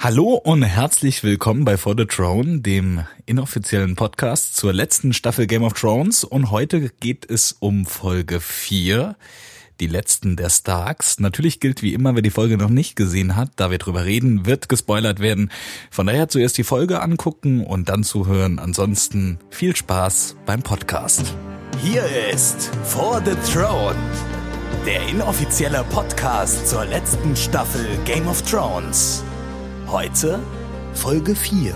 Hallo und herzlich willkommen bei For the Throne, dem inoffiziellen Podcast zur letzten Staffel Game of Thrones. Und heute geht es um Folge 4, die letzten der Starks. Natürlich gilt wie immer, wer die Folge noch nicht gesehen hat, da wir drüber reden, wird gespoilert werden. Von daher zuerst die Folge angucken und dann zuhören. Ansonsten viel Spaß beim Podcast. Hier ist For the Throne, der inoffizielle Podcast zur letzten Staffel Game of Thrones. Heute Folge 4.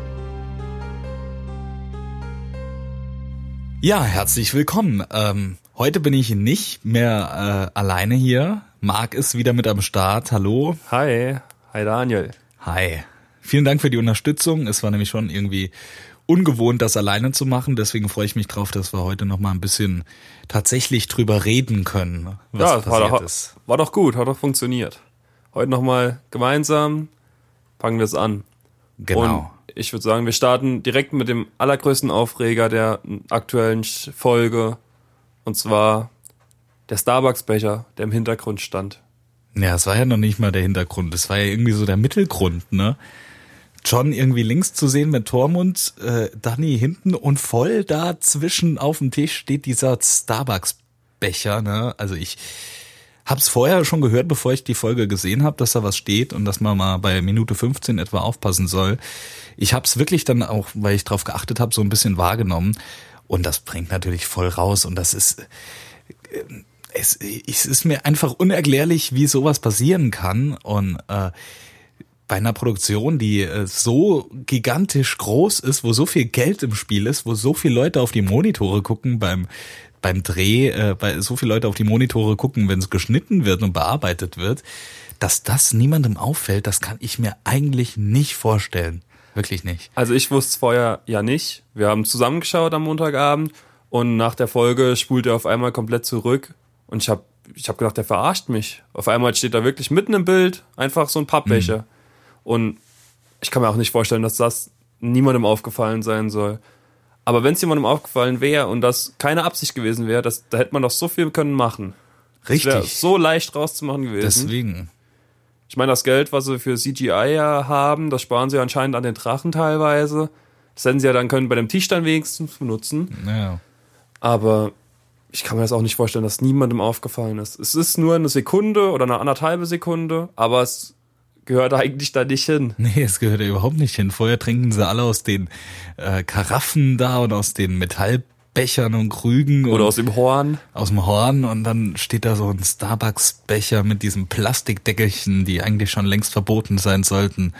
Ja, herzlich willkommen. Heute bin ich nicht mehr alleine hier. Marc ist wieder mit am Start. Hallo. Hi. Hi Daniel. Hi. Vielen Dank für die Unterstützung. Es war nämlich schon irgendwie ungewohnt, das alleine zu machen. Deswegen freue ich mich drauf, dass wir heute noch mal ein bisschen tatsächlich drüber reden können, was passiert ist. War doch gut, hat doch funktioniert. Heute noch mal gemeinsam fangen wir es an. Genau. Und ich würde sagen, wir starten direkt mit dem allergrößten Aufreger der aktuellen Folge. Und zwar der Starbucks-Becher, der im Hintergrund stand. Ja, es war ja noch nicht mal der Hintergrund. Es war ja irgendwie so der Mittelgrund, ne? Jon irgendwie links zu sehen mit Tormund, Dany hinten und voll dazwischen auf dem Tisch steht dieser Starbucks-Becher, ne? Also ich hab's vorher schon gehört, bevor ich die Folge gesehen habe, dass da was steht und dass man mal bei Minute 15 etwa aufpassen soll. Ich hab's wirklich dann auch, weil ich drauf geachtet habe, so ein bisschen wahrgenommen und das bringt natürlich voll raus und das ist, es ist mir einfach unerklärlich, wie sowas passieren kann und bei einer Produktion, die so gigantisch groß ist, wo so viel Geld im Spiel ist, wo so viele Leute auf die Monitore gucken beim Dreh, bei so viele Leute auf die Monitore gucken, wenn es geschnitten wird und bearbeitet wird, dass das niemandem auffällt, das kann ich mir eigentlich nicht vorstellen. Wirklich nicht. Also ich wusste es vorher ja nicht. Wir haben zusammengeschaut am Montagabend und nach der Folge spult er auf einmal komplett zurück und ich hab gedacht, der verarscht mich. Auf einmal steht da wirklich mitten im Bild einfach so ein Pappbecher. Und ich kann mir auch nicht vorstellen, dass das niemandem aufgefallen sein soll. Aber wenn es jemandem aufgefallen wäre und das keine Absicht gewesen wäre, da hätte man doch so viel können machen. Richtig. Das wäre so leicht rauszumachen gewesen. Deswegen. Ich meine, das Geld, was sie für CGI ja haben, das sparen sie anscheinend an den Drachen teilweise. Das hätten sie ja dann können bei dem Tisch dann wenigstens benutzen. Ja. Aber ich kann mir das auch nicht vorstellen, dass niemandem aufgefallen ist. Es ist nur eine Sekunde oder eine anderthalbe Sekunde, aber es gehört eigentlich da nicht hin. Nee, es gehört ja überhaupt nicht hin. Vorher trinken sie alle aus den Karaffen da und aus den Metallbechern und Krügen. Oder aus dem Horn. Aus dem Horn und dann steht da so ein Starbucks-Becher mit diesen Plastikdeckelchen, die eigentlich schon längst verboten sein sollten.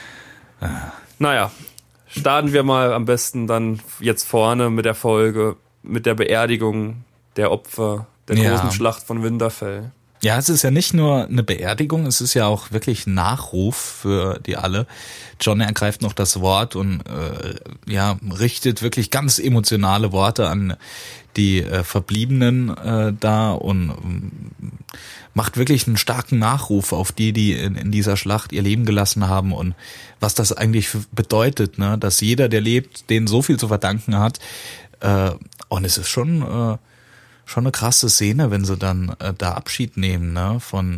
Naja, starten wir mal am besten dann jetzt vorne mit der Folge, mit der Beerdigung der Opfer der großen Schlacht von Winterfell. Ja, es ist ja nicht nur eine Beerdigung, es ist ja auch wirklich ein Nachruf für die alle. Jon ergreift noch das Wort und richtet wirklich ganz emotionale Worte an die Verbliebenen da und macht wirklich einen starken Nachruf auf die in dieser Schlacht ihr Leben gelassen haben und was das eigentlich bedeutet, ne, dass jeder, der lebt, denen so viel zu verdanken hat. Und es ist schon eine krasse Szene, wenn sie dann da Abschied nehmen, ne?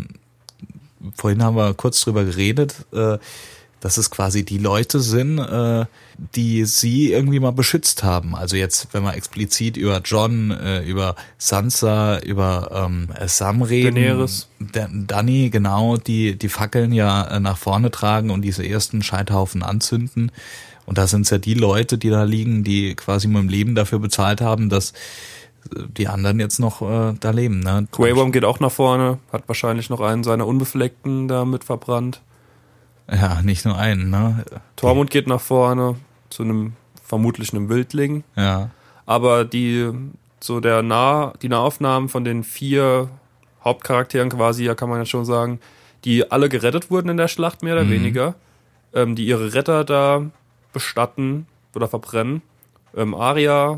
Vorhin haben wir kurz drüber geredet, dass es quasi die Leute sind, die sie irgendwie mal beschützt haben. Also jetzt, wenn wir explizit über Jon, über Sansa, über Sam reden. Daenerys. Dany, genau, die Fackeln ja nach vorne tragen und diese ersten Scheiterhaufen anzünden. Und da sind es ja die Leute, die da liegen, die quasi mit dem Leben dafür bezahlt haben, dass die anderen jetzt noch da leben. Ne? Grey Worm geht auch nach vorne, hat wahrscheinlich noch einen seiner Unbefleckten da mit verbrannt. Ja, nicht nur einen. Ne? Tormund geht nach vorne zu vermutlich einem Wildling. Ja. Aber die Nahaufnahmen von den 4 Hauptcharakteren quasi, ja kann man ja schon sagen, die alle gerettet wurden in der Schlacht, mehr oder weniger, die ihre Retter da bestatten oder verbrennen. Arya,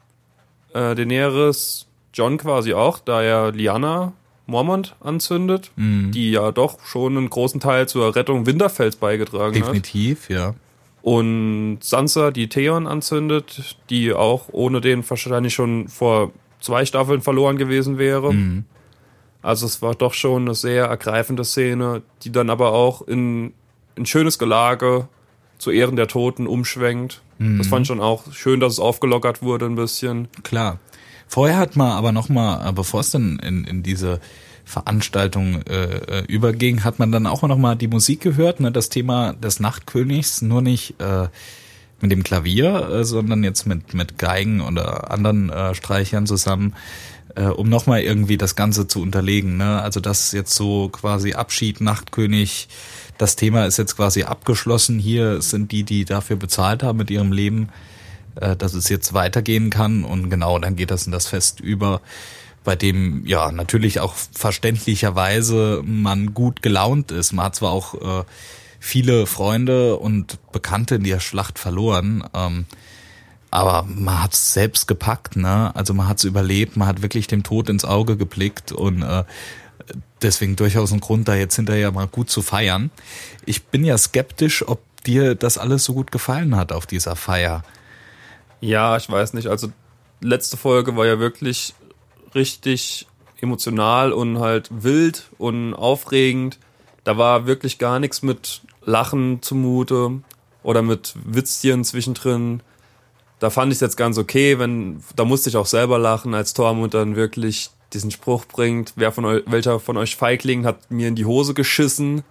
Daenerys, Jon quasi auch, da er Lyanna Mormont anzündet, die ja doch schon einen großen Teil zur Rettung Winterfells beigetragen Definitiv, ja. Und Sansa, die Theon anzündet, die auch ohne den wahrscheinlich schon vor 2 Staffeln verloren gewesen wäre. Also es war doch schon eine sehr ergreifende Szene, die dann aber auch in ein schönes Gelage zu Ehren der Toten umschwenkt. Das fand ich schon auch schön, dass es aufgelockert wurde ein bisschen. Klar. Vorher hat man aber nochmal, bevor es dann in diese Veranstaltung überging, hat man dann auch nochmal die Musik gehört, ne? Das Thema des Nachtkönigs, nur nicht mit dem Klavier, sondern jetzt mit Geigen oder anderen Streichern zusammen, um nochmal irgendwie das Ganze zu unterlegen. Ne? Also das ist jetzt so quasi Abschied, Nachtkönig, das Thema ist jetzt quasi abgeschlossen. Hier sind die dafür bezahlt haben mit ihrem Leben, dass es jetzt weitergehen kann. Und genau, dann geht das in das Fest über, bei dem ja natürlich auch verständlicherweise man gut gelaunt ist. Man hat zwar auch viele Freunde und Bekannte in der Schlacht verloren, aber man hat es selbst gepackt, ne? Also man hat es überlebt, man hat wirklich dem Tod ins Auge geblickt und deswegen durchaus ein Grund, da jetzt hinterher mal gut zu feiern. Ich bin ja skeptisch, ob dir das alles so gut gefallen hat auf dieser Feier. Ja, ich weiß nicht. Also letzte Folge war ja wirklich richtig emotional und halt wild und aufregend. Da war wirklich gar nichts mit Lachen zumute oder mit Witzchen zwischendrin. Da fand ich es jetzt ganz okay, da musste ich auch selber lachen, als Tormund dann wirklich diesen Spruch bringt, welcher von euch Feigling hat mir in die Hose geschissen?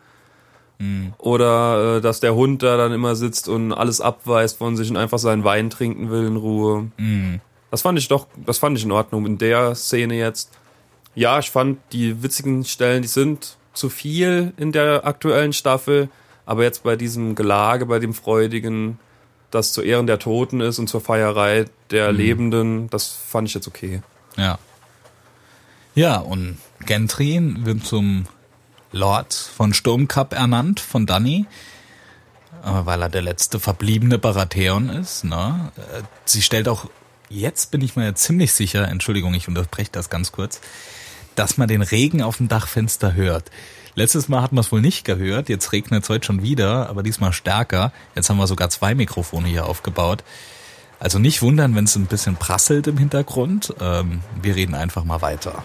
Oder dass der Hund da dann immer sitzt und alles abweist von sich und einfach seinen Wein trinken will in Ruhe. Das fand ich in Ordnung in der Szene jetzt. Ja, ich fand die witzigen Stellen, die sind zu viel in der aktuellen Staffel, aber jetzt bei diesem Gelage, bei dem Freudigen, das zu Ehren der Toten ist und zur Feierei der Lebenden, das fand ich jetzt okay. Ja. Ja, und Gendry wird zum Lord von Sturmcup ernannt, von Dany, weil er der letzte verbliebene Baratheon ist. Ne? Sie stellt auch, jetzt bin ich mir ziemlich sicher, Entschuldigung, ich unterbreche das ganz kurz, dass man den Regen auf dem Dachfenster hört. Letztes Mal hat man es wohl nicht gehört, jetzt regnet es heute schon wieder, aber diesmal stärker. Jetzt haben wir sogar 2 Mikrofone hier aufgebaut. Also nicht wundern, wenn es ein bisschen prasselt im Hintergrund. Wir reden einfach mal weiter.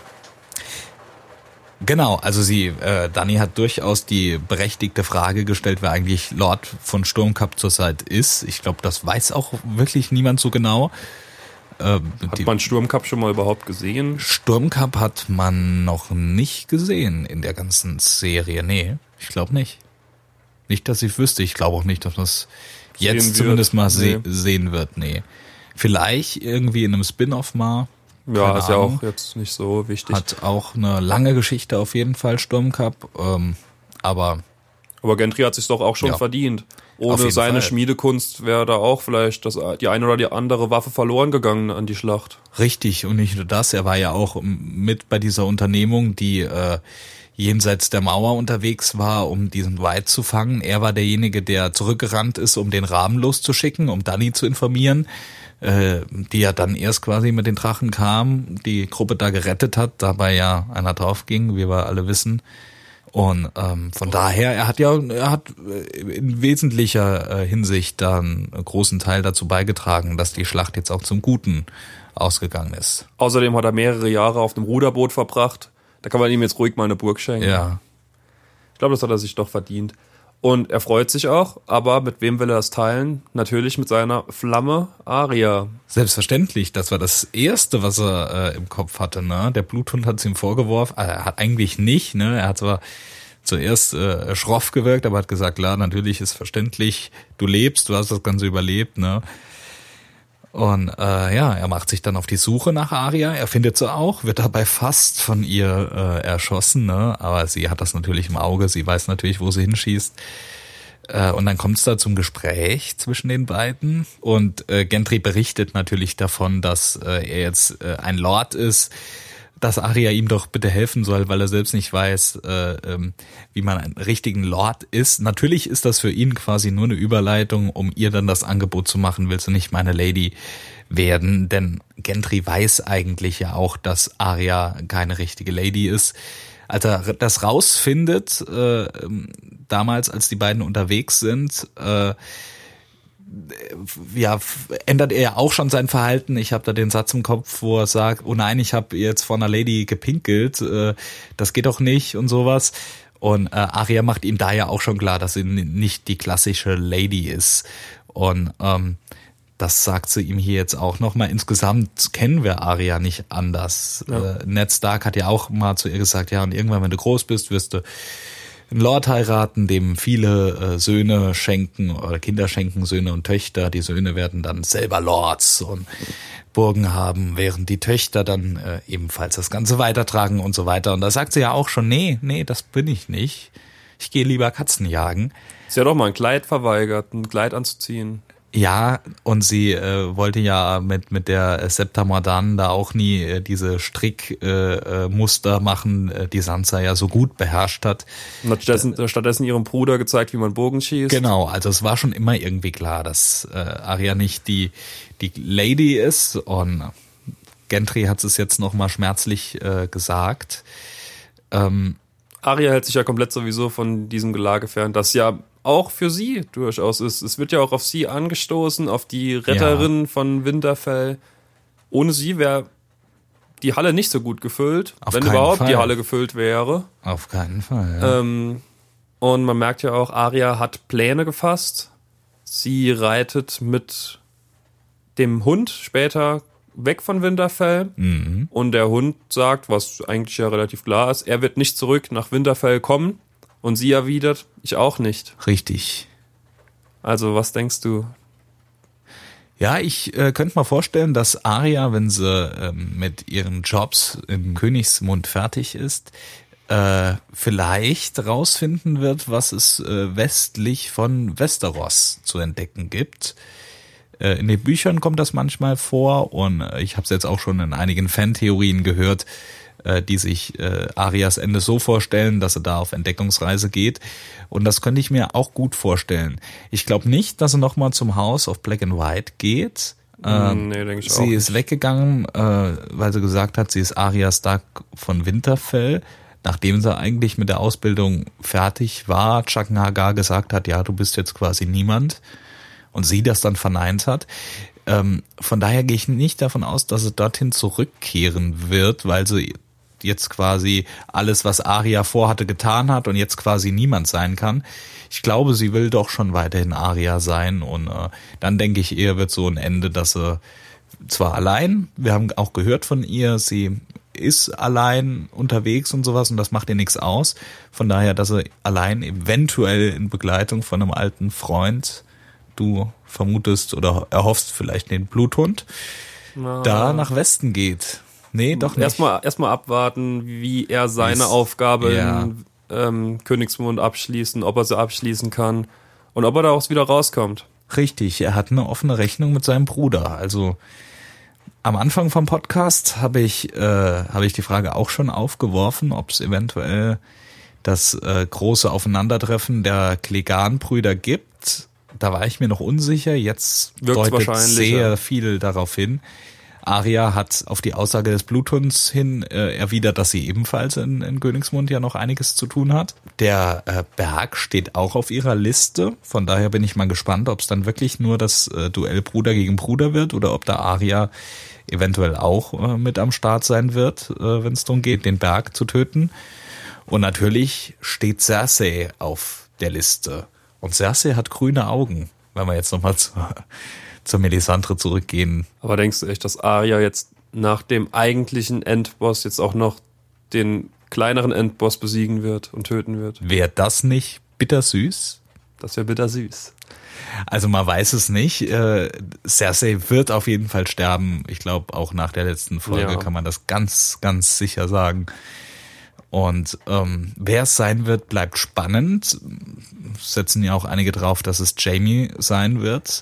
Genau, also Dany hat durchaus die berechtigte Frage gestellt, wer eigentlich Lord von Sturmcup zurzeit ist. Ich glaube, das weiß auch wirklich niemand so genau. Hat man Sturmcup schon mal überhaupt gesehen? Sturmcup hat man noch nicht gesehen in der ganzen Serie. Nee, ich glaube nicht. Nicht, dass ich wüsste. Ich glaube auch nicht, dass man es jetzt zumindest mal sehen wird. Nee. Vielleicht irgendwie in einem Spin-off mal. Ja, keine ist Ahnung. Ja auch jetzt nicht so wichtig. Hat auch eine lange Geschichte auf jeden Fall, Sturmcup. Aber Gendry hat sich doch auch schon verdient. Ohne seine Schmiedekunst wäre da auch vielleicht die eine oder die andere Waffe verloren gegangen an die Schlacht. Richtig, und nicht nur das, er war ja auch mit bei dieser Unternehmung, die jenseits der Mauer unterwegs war, um diesen White zu fangen. Er war derjenige, der zurückgerannt ist, um den Raben loszuschicken, um Dany zu informieren, die ja dann erst quasi mit den Drachen kam, die Gruppe da gerettet hat, dabei ja einer drauf ging, wie wir alle wissen. Und von daher, er hat in wesentlicher Hinsicht dann einen großen Teil dazu beigetragen, dass die Schlacht jetzt auch zum Guten ausgegangen ist. Außerdem hat er mehrere Jahre auf einem Ruderboot verbracht. Da kann man ihm jetzt ruhig mal eine Burg schenken. Ja. Ich glaube, das hat er sich doch verdient. Und er freut sich auch, aber mit wem will er das teilen? Natürlich mit seiner Flamme Arya. Selbstverständlich, das war das Erste, was er im Kopf hatte. Ne? Der Bluthund hat es ihm vorgeworfen, er hat eigentlich nicht. Ne? Er hat zwar zuerst schroff gewirkt, aber hat gesagt, klar, natürlich ist verständlich, du lebst, du hast das Ganze überlebt. Ne? Und er macht sich dann auf die Suche nach Arya. Er findet sie auch, wird dabei fast von ihr erschossen, ne? Aber sie hat das natürlich im Auge, sie weiß natürlich, wo sie hinschießt. Und dann kommt es da zum Gespräch zwischen den beiden. Und Gendry berichtet natürlich davon, dass er jetzt ein Lord ist, dass Arya ihm doch bitte helfen soll, weil er selbst nicht weiß, wie man einen richtigen Lord ist. Natürlich ist das für ihn quasi nur eine Überleitung, um ihr dann das Angebot zu machen, willst du nicht meine Lady werden? Denn Gendry weiß eigentlich ja auch, dass Arya keine richtige Lady ist. Als er das rausfindet, damals, als die beiden unterwegs sind, ändert er ja auch schon sein Verhalten. Ich habe da den Satz im Kopf, wo er sagt, oh nein, ich habe jetzt vor einer Lady gepinkelt, das geht doch nicht und sowas. Und Arya macht ihm da ja auch schon klar, dass sie nicht die klassische Lady ist. Und das sagt sie ihm hier jetzt auch nochmal. Insgesamt kennen wir Arya nicht anders. Ja. Ned Stark hat ja auch mal zu ihr gesagt, ja, und irgendwann, wenn du groß bist, wirst du einen Lord heiraten, dem viele Söhne schenken oder Kinder schenken, Söhne und Töchter. Die Söhne werden dann selber Lords und Burgen haben, während die Töchter dann ebenfalls das Ganze weitertragen und so weiter. Und da sagt sie ja auch schon, nee, das bin ich nicht. Ich gehe lieber Katzen jagen. Sie hat auch mal ein Kleid verweigert, ein Kleid anzuziehen. Ja, und sie wollte ja mit der Septa Mordan da auch nie diese Strickmuster machen, die Sansa ja so gut beherrscht hat. Und hat stattdessen ihrem Bruder gezeigt, wie man Bogen schießt. Genau, also es war schon immer irgendwie klar, dass Arya nicht die Lady ist, und Gendry hat es jetzt nochmal schmerzlich gesagt. Arya hält sich ja komplett sowieso von diesem Gelage fern, das ja auch für sie durchaus ist. Es wird ja auch auf sie angestoßen, auf die Retterin von Winterfell. Ohne sie wäre die Halle nicht so gut gefüllt, Auf wenn keinen überhaupt Fall. die Halle gefüllt wäre. Auf keinen Fall, ja. Und man merkt ja auch, Arya hat Pläne gefasst. Sie reitet mit dem Hund später weg von Winterfell. Mhm. Und der Hund sagt, was eigentlich ja relativ klar ist, er wird nicht zurück nach Winterfell kommen. Und sie erwidert, ich auch nicht. Richtig. Also was denkst du? Ja, ich könnte mal vorstellen, dass Arya, wenn sie mit ihren Jobs im Königsmund fertig ist, vielleicht rausfinden wird, was es westlich von Westeros zu entdecken gibt. In den Büchern kommt das manchmal vor, und ich habe es jetzt auch schon in einigen Fantheorien gehört, die sich Arias Ende so vorstellen, dass sie da auf Entdeckungsreise geht. Und das könnte ich mir auch gut vorstellen. Ich glaube nicht, dass sie nochmal zum House of Black and White geht. Nee, denke ich auch Sie nicht. ist weggegangen, weil sie gesagt hat, sie ist Arya Stark von Winterfell, nachdem sie eigentlich mit der Ausbildung fertig war. Jaqen H'ghar gesagt hat, ja, du bist jetzt quasi niemand. Und sie das dann verneint hat. Von daher gehe ich nicht davon aus, dass sie dorthin zurückkehren wird, weil sie jetzt quasi alles, was Arya vorhatte, getan hat und jetzt quasi niemand sein kann. Ich glaube, sie will doch schon weiterhin Arya sein, und dann denke ich eher wird so ein Ende, dass sie zwar allein, wir haben auch gehört von ihr, sie ist allein unterwegs und sowas, und das macht ihr nichts aus. Von daher, dass sie allein eventuell in Begleitung von einem alten Freund, du vermutest oder erhoffst vielleicht den Bluthund, da nach Westen geht. Nee, doch nicht. Erstmal abwarten, wie er seine Aufgabe in Königsmund abschließen, ob er sie abschließen kann und ob er da auch wieder rauskommt. Richtig, er hat eine offene Rechnung mit seinem Bruder. Also am Anfang vom Podcast habe ich die Frage auch schon aufgeworfen, ob es eventuell das große Aufeinandertreffen der Clegane-Brüder gibt. Da war ich mir noch unsicher. Jetzt Wirkt's deutet sehr ja viel darauf hin. Arya hat auf die Aussage des Bluthunds hin erwidert, dass sie ebenfalls in Königsmund ja noch einiges zu tun hat. Der Berg steht auch auf ihrer Liste. Von daher bin ich mal gespannt, ob es dann wirklich nur das Duell Bruder gegen Bruder wird oder ob da Arya eventuell auch mit am Start sein wird, wenn es darum geht, den Berg zu töten. Und natürlich steht Cersei auf der Liste. Und Cersei hat grüne Augen, wenn wir jetzt nochmal zur Melisandre zurückgehen. Aber denkst du echt, dass Arya jetzt nach dem eigentlichen Endboss jetzt auch noch den kleineren Endboss besiegen wird und töten wird? Wäre das nicht bittersüß? Das wäre bittersüß. Also man weiß es nicht. Cersei wird auf jeden Fall sterben. Ich glaube, auch nach der letzten Folge kann man das ganz, ganz sicher sagen. Und wer es sein wird, bleibt spannend. Setzen ja auch einige drauf, dass es Jaime sein wird.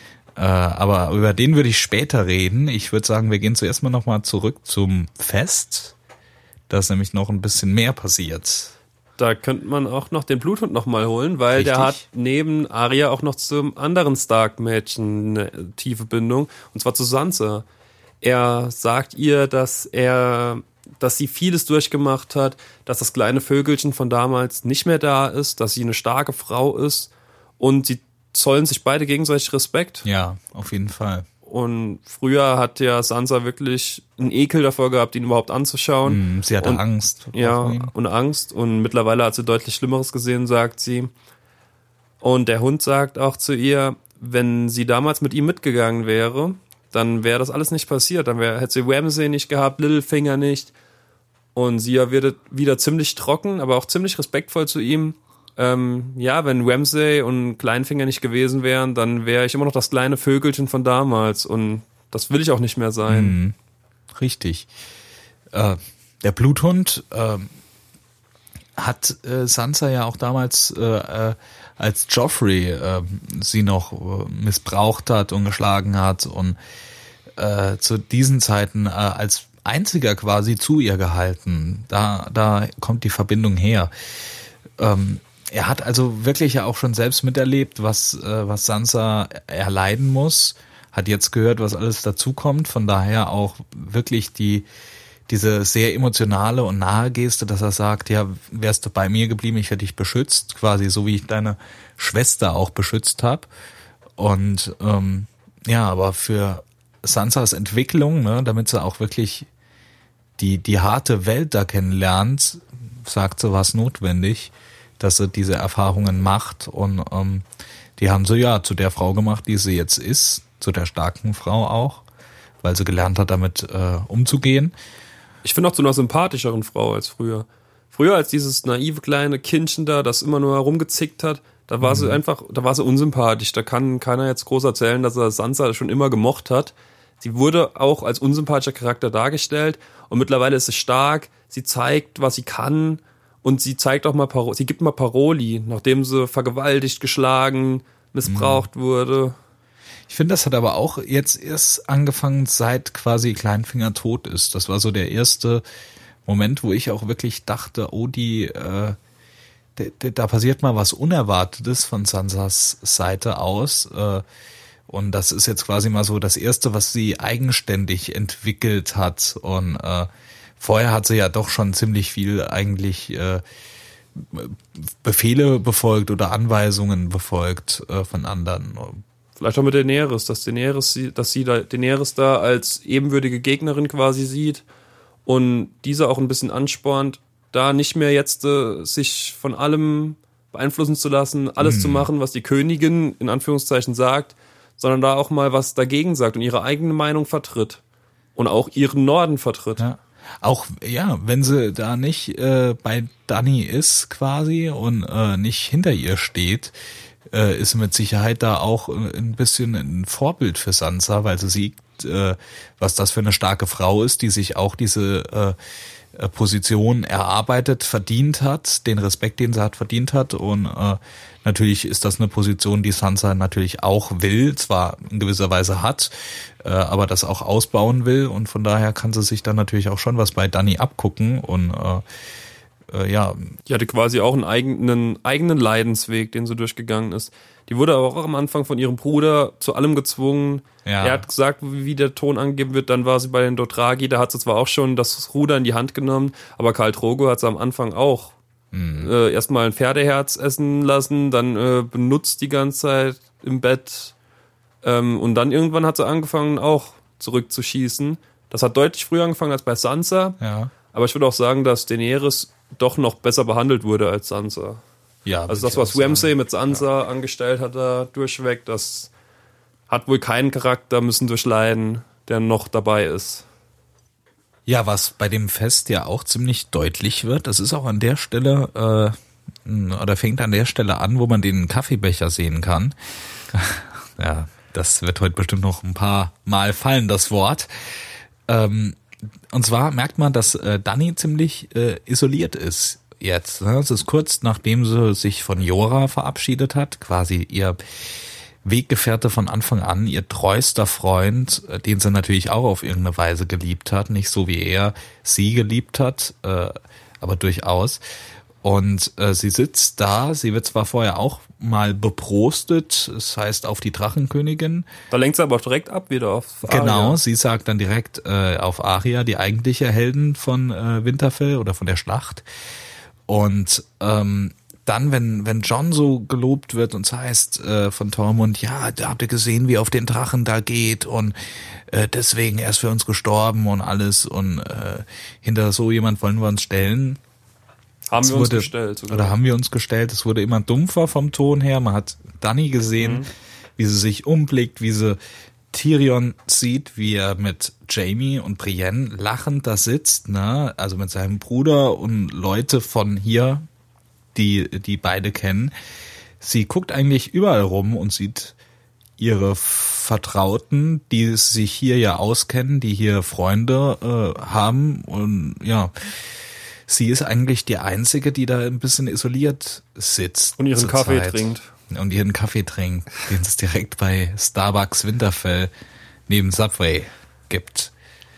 Aber über den würde ich später reden. Ich würde sagen, wir gehen zuerst mal nochmal zurück zum Fest. Da ist nämlich noch ein bisschen mehr passiert. Da könnte man auch noch den Bluthund nochmal holen, weil Richtig. der hat neben Arya auch noch zum anderen Stark-Mädchen eine tiefe Bindung, und zwar zu Sansa. Er sagt ihr, dass sie vieles durchgemacht hat, dass das kleine Vögelchen von damals nicht mehr da ist, dass sie eine starke Frau ist, und sie zollen sich beide gegenseitig Respekt. Ja, auf jeden Fall. Und früher hat ja Sansa wirklich einen Ekel davor gehabt, ihn überhaupt anzuschauen. Sie hatte Angst. Ja, und Angst. Und mittlerweile hat sie deutlich Schlimmeres gesehen, sagt sie. Und der Hund sagt auch zu ihr, wenn sie damals mit ihm mitgegangen wäre, dann wäre das alles nicht passiert. Dann hätte sie Ramsay nicht gehabt, Littlefinger nicht. Und sie ja wieder ziemlich trocken, aber auch ziemlich respektvoll zu ihm. Ja, wenn Ramsay und Kleinfinger nicht gewesen wären, dann wäre ich immer noch das kleine Vögelchen von damals. Und das will ich auch nicht mehr sein. Richtig. Der Bluthund hat Sansa ja auch damals, als Joffrey sie noch missbraucht hat und geschlagen hat und zu diesen Zeiten als einziger quasi zu ihr gehalten. Da kommt die Verbindung her. Er hat also wirklich ja auch schon selbst miterlebt, was Sansa erleiden muss, hat jetzt gehört, was alles dazukommt, von daher auch wirklich diese sehr emotionale und nahe Geste, dass er sagt, ja, wärst du bei mir geblieben, ich hätte dich beschützt, quasi so wie ich deine Schwester auch beschützt habe. Und ja, aber für Sansas Entwicklung, ne, damit sie auch wirklich die harte Welt da kennenlernt, sagt sie, war es notwendig, dass sie diese Erfahrungen macht. Und die haben sie ja zu der Frau gemacht, die sie jetzt ist, zu der starken Frau auch, weil sie gelernt hat, damit umzugehen. Ich finde auch zu einer sympathischeren Frau als früher. Früher als dieses naive kleine Kindchen da, das immer nur herumgezickt hat, da war sie einfach, da war sie unsympathisch. Da kann keiner jetzt groß erzählen, dass er Sansa schon immer gemocht hat. Sie wurde auch als unsympathischer Charakter dargestellt und mittlerweile ist sie stark. Sie zeigt, was sie kann und sie zeigt auch mal sie gibt mal Paroli, nachdem sie vergewaltigt, geschlagen, missbraucht wurde. Ich finde, das hat aber auch jetzt erst angefangen, seit quasi Kleinfinger tot ist. Das war so der erste Moment, wo ich auch wirklich dachte, oh, da passiert mal was Unerwartetes von Sansas Seite aus. Und das ist jetzt quasi mal so das Erste, was sie eigenständig entwickelt hat. Und vorher hat sie ja doch schon ziemlich viel eigentlich Befehle befolgt oder Anweisungen befolgt von anderen. Vielleicht auch mit Daenerys, dass sie Daenerys da als ebenwürdige Gegnerin quasi sieht und diese auch ein bisschen anspornt, da nicht mehr jetzt sich von allem beeinflussen zu lassen, alles zu machen, was die Königin in Anführungszeichen sagt, sondern da auch mal was dagegen sagt und ihre eigene Meinung vertritt und auch ihren Norden vertritt. Ja. Auch, ja, wenn sie da nicht bei Dany ist quasi und nicht hinter ihr steht, ist mit Sicherheit da auch ein bisschen ein Vorbild für Sansa, weil sie sieht, was das für eine starke Frau ist, die sich auch diese Position erarbeitet, verdient hat, den Respekt, den sie hat, verdient hat. Und natürlich ist das eine Position, die Sansa natürlich auch will, zwar in gewisser Weise hat, aber das auch ausbauen will. Und von daher kann sie sich dann natürlich auch schon was bei Dany abgucken und ja. Die hatte quasi auch einen eigenen Leidensweg, den sie durchgegangen ist. Die wurde aber auch am Anfang von ihrem Bruder zu allem gezwungen. Ja. Er hat gesagt, wie der Ton angegeben wird. Dann war sie bei den Dothraki, da hat sie zwar auch schon das Ruder in die Hand genommen, aber Khal Drogo hat sie am Anfang auch erstmal ein Pferdeherz essen lassen, dann benutzt die ganze Zeit im Bett und dann irgendwann hat sie angefangen auch zurückzuschießen. Das hat deutlich früher angefangen als bei Sansa. Ja. Aber ich würde auch sagen, dass Daenerys doch noch besser behandelt wurde als Sansa. Ja, also das, was Ramsay mit Sansa angestellt hat, da durchweg, das hat wohl keinen Charakter müssen durchleiden, der noch dabei ist. Ja, was bei dem Fest ja auch ziemlich deutlich wird, das ist auch an der Stelle, oder fängt an der Stelle an, wo man den Kaffeebecher sehen kann. Ja, das wird heute bestimmt noch ein paar Mal fallen, das Wort. Und zwar merkt man, dass Dany ziemlich isoliert ist jetzt. Ne? Es ist kurz nachdem sie sich von Jorah verabschiedet hat, quasi ihr Weggefährte von Anfang an, ihr treuster Freund, den sie natürlich auch auf irgendeine Weise geliebt hat, nicht so wie er sie geliebt hat, aber durchaus. Und sie sitzt da, sie wird zwar vorher auch mal beprostet, das heißt auf die Drachenkönigin. Da lenkt sie aber auch direkt ab wieder auf Arya. Genau, sie sagt dann direkt auf Arya, die eigentliche Heldin von Winterfell oder von der Schlacht. Und dann, wenn Jon so gelobt wird und es heißt von Tormund, ja, da habt ihr gesehen, wie er auf den Drachen da geht und deswegen er ist für uns gestorben und alles und hinter so jemand wollen wir uns stellen. Haben wir uns gestellt sogar. Oder haben wir uns gestellt. Es wurde immer dumpfer vom Ton her. Man hat Dany gesehen, wie sie sich umblickt, wie sie Tyrion sieht, wie er mit Jaime und Brienne lachend da sitzt, ne? Also mit seinem Bruder und Leute von hier, die beide kennen. Sie guckt eigentlich überall rum und sieht ihre Vertrauten, die sich hier ja auskennen, die hier Freunde haben und ja, sie ist eigentlich die Einzige, die da ein bisschen isoliert sitzt. Und ihren Kaffee trinkt. Und ihren Kaffee trinkt, den es direkt bei Starbucks Winterfell neben Subway gibt.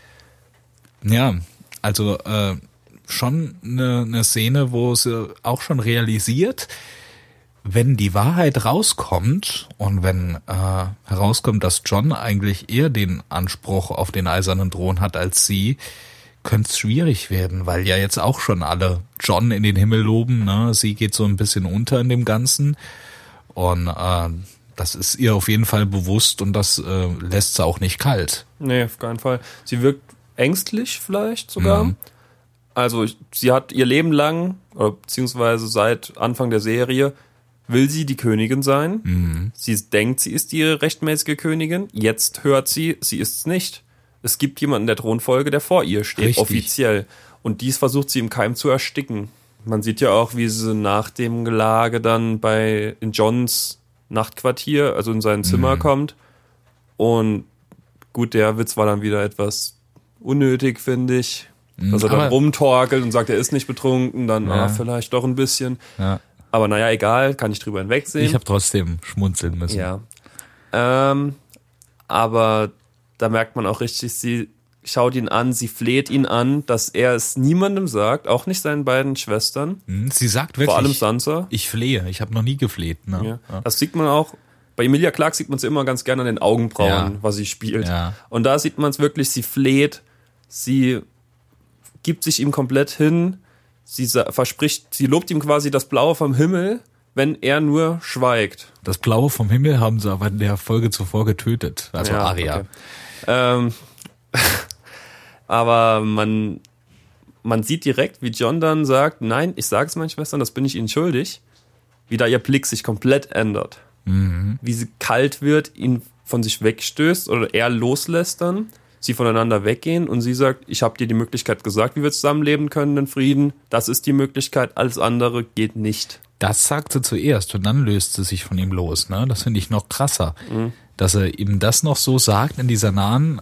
Ja, also schon eine Szene, wo sie auch schon realisiert, wenn die Wahrheit rauskommt und wenn herauskommt, dass Jon eigentlich eher den Anspruch auf den eisernen Thron hat als sie, könnte es schwierig werden, weil ja jetzt auch schon alle Jon in den Himmel loben, ne? Sie geht so ein bisschen unter in dem Ganzen und das ist ihr auf jeden Fall bewusst und das lässt sie auch nicht kalt. Nee, auf keinen Fall. Sie wirkt ängstlich vielleicht sogar. Mhm. Also sie hat ihr Leben lang, oder beziehungsweise seit Anfang der Serie, will sie die Königin sein. Mhm. Sie denkt, sie ist die rechtmäßige Königin. Jetzt hört sie, sie ist es nicht. Es gibt jemanden in der Thronfolge, der vor ihr steht, richtig, offiziell. Und dies versucht sie im Keim zu ersticken. Man sieht ja auch, wie sie nach dem Gelage dann in Jons Nachtquartier, also in sein Zimmer kommt. Und gut, der Witz war dann wieder etwas unnötig, finde ich. Dass er dann rumtorkelt und sagt, er ist nicht betrunken, dann vielleicht doch ein bisschen. Ja. Aber naja, egal, kann ich drüber hinwegsehen. Ich habe trotzdem schmunzeln müssen. Ja. Aber da merkt man auch richtig, sie schaut ihn an, sie fleht ihn an, dass er es niemandem sagt, auch nicht seinen beiden Schwestern. Sie sagt wirklich, vor allem Sansa. Ich flehe, ich habe noch nie gefleht. Ne? Ja. Das sieht man auch, bei Emilia Clarke sieht man es immer ganz gerne an den Augenbrauen, was sie spielt. Ja. Und da sieht man es wirklich, sie fleht, sie gibt sich ihm komplett hin, sie verspricht, sie lobt ihm quasi das Blaue vom Himmel, wenn er nur schweigt. Das Blaue vom Himmel haben sie aber in der Folge zuvor getötet, also Arya. Okay. Aber man sieht direkt, wie Jon dann sagt, nein, ich sage es meinen Schwestern, das bin ich ihnen schuldig, wie da ihr Blick sich komplett ändert. Mhm. Wie sie kalt wird, ihn von sich wegstößt oder er loslässt dann, sie voneinander weggehen und sie sagt, ich habe dir die Möglichkeit gesagt, wie wir zusammenleben können in Frieden, das ist die Möglichkeit, alles andere geht nicht. Das sagt sie zuerst und dann löst sie sich von ihm los, ne? Das finde ich noch krasser, dass er ihm das noch so sagt in dieser nahen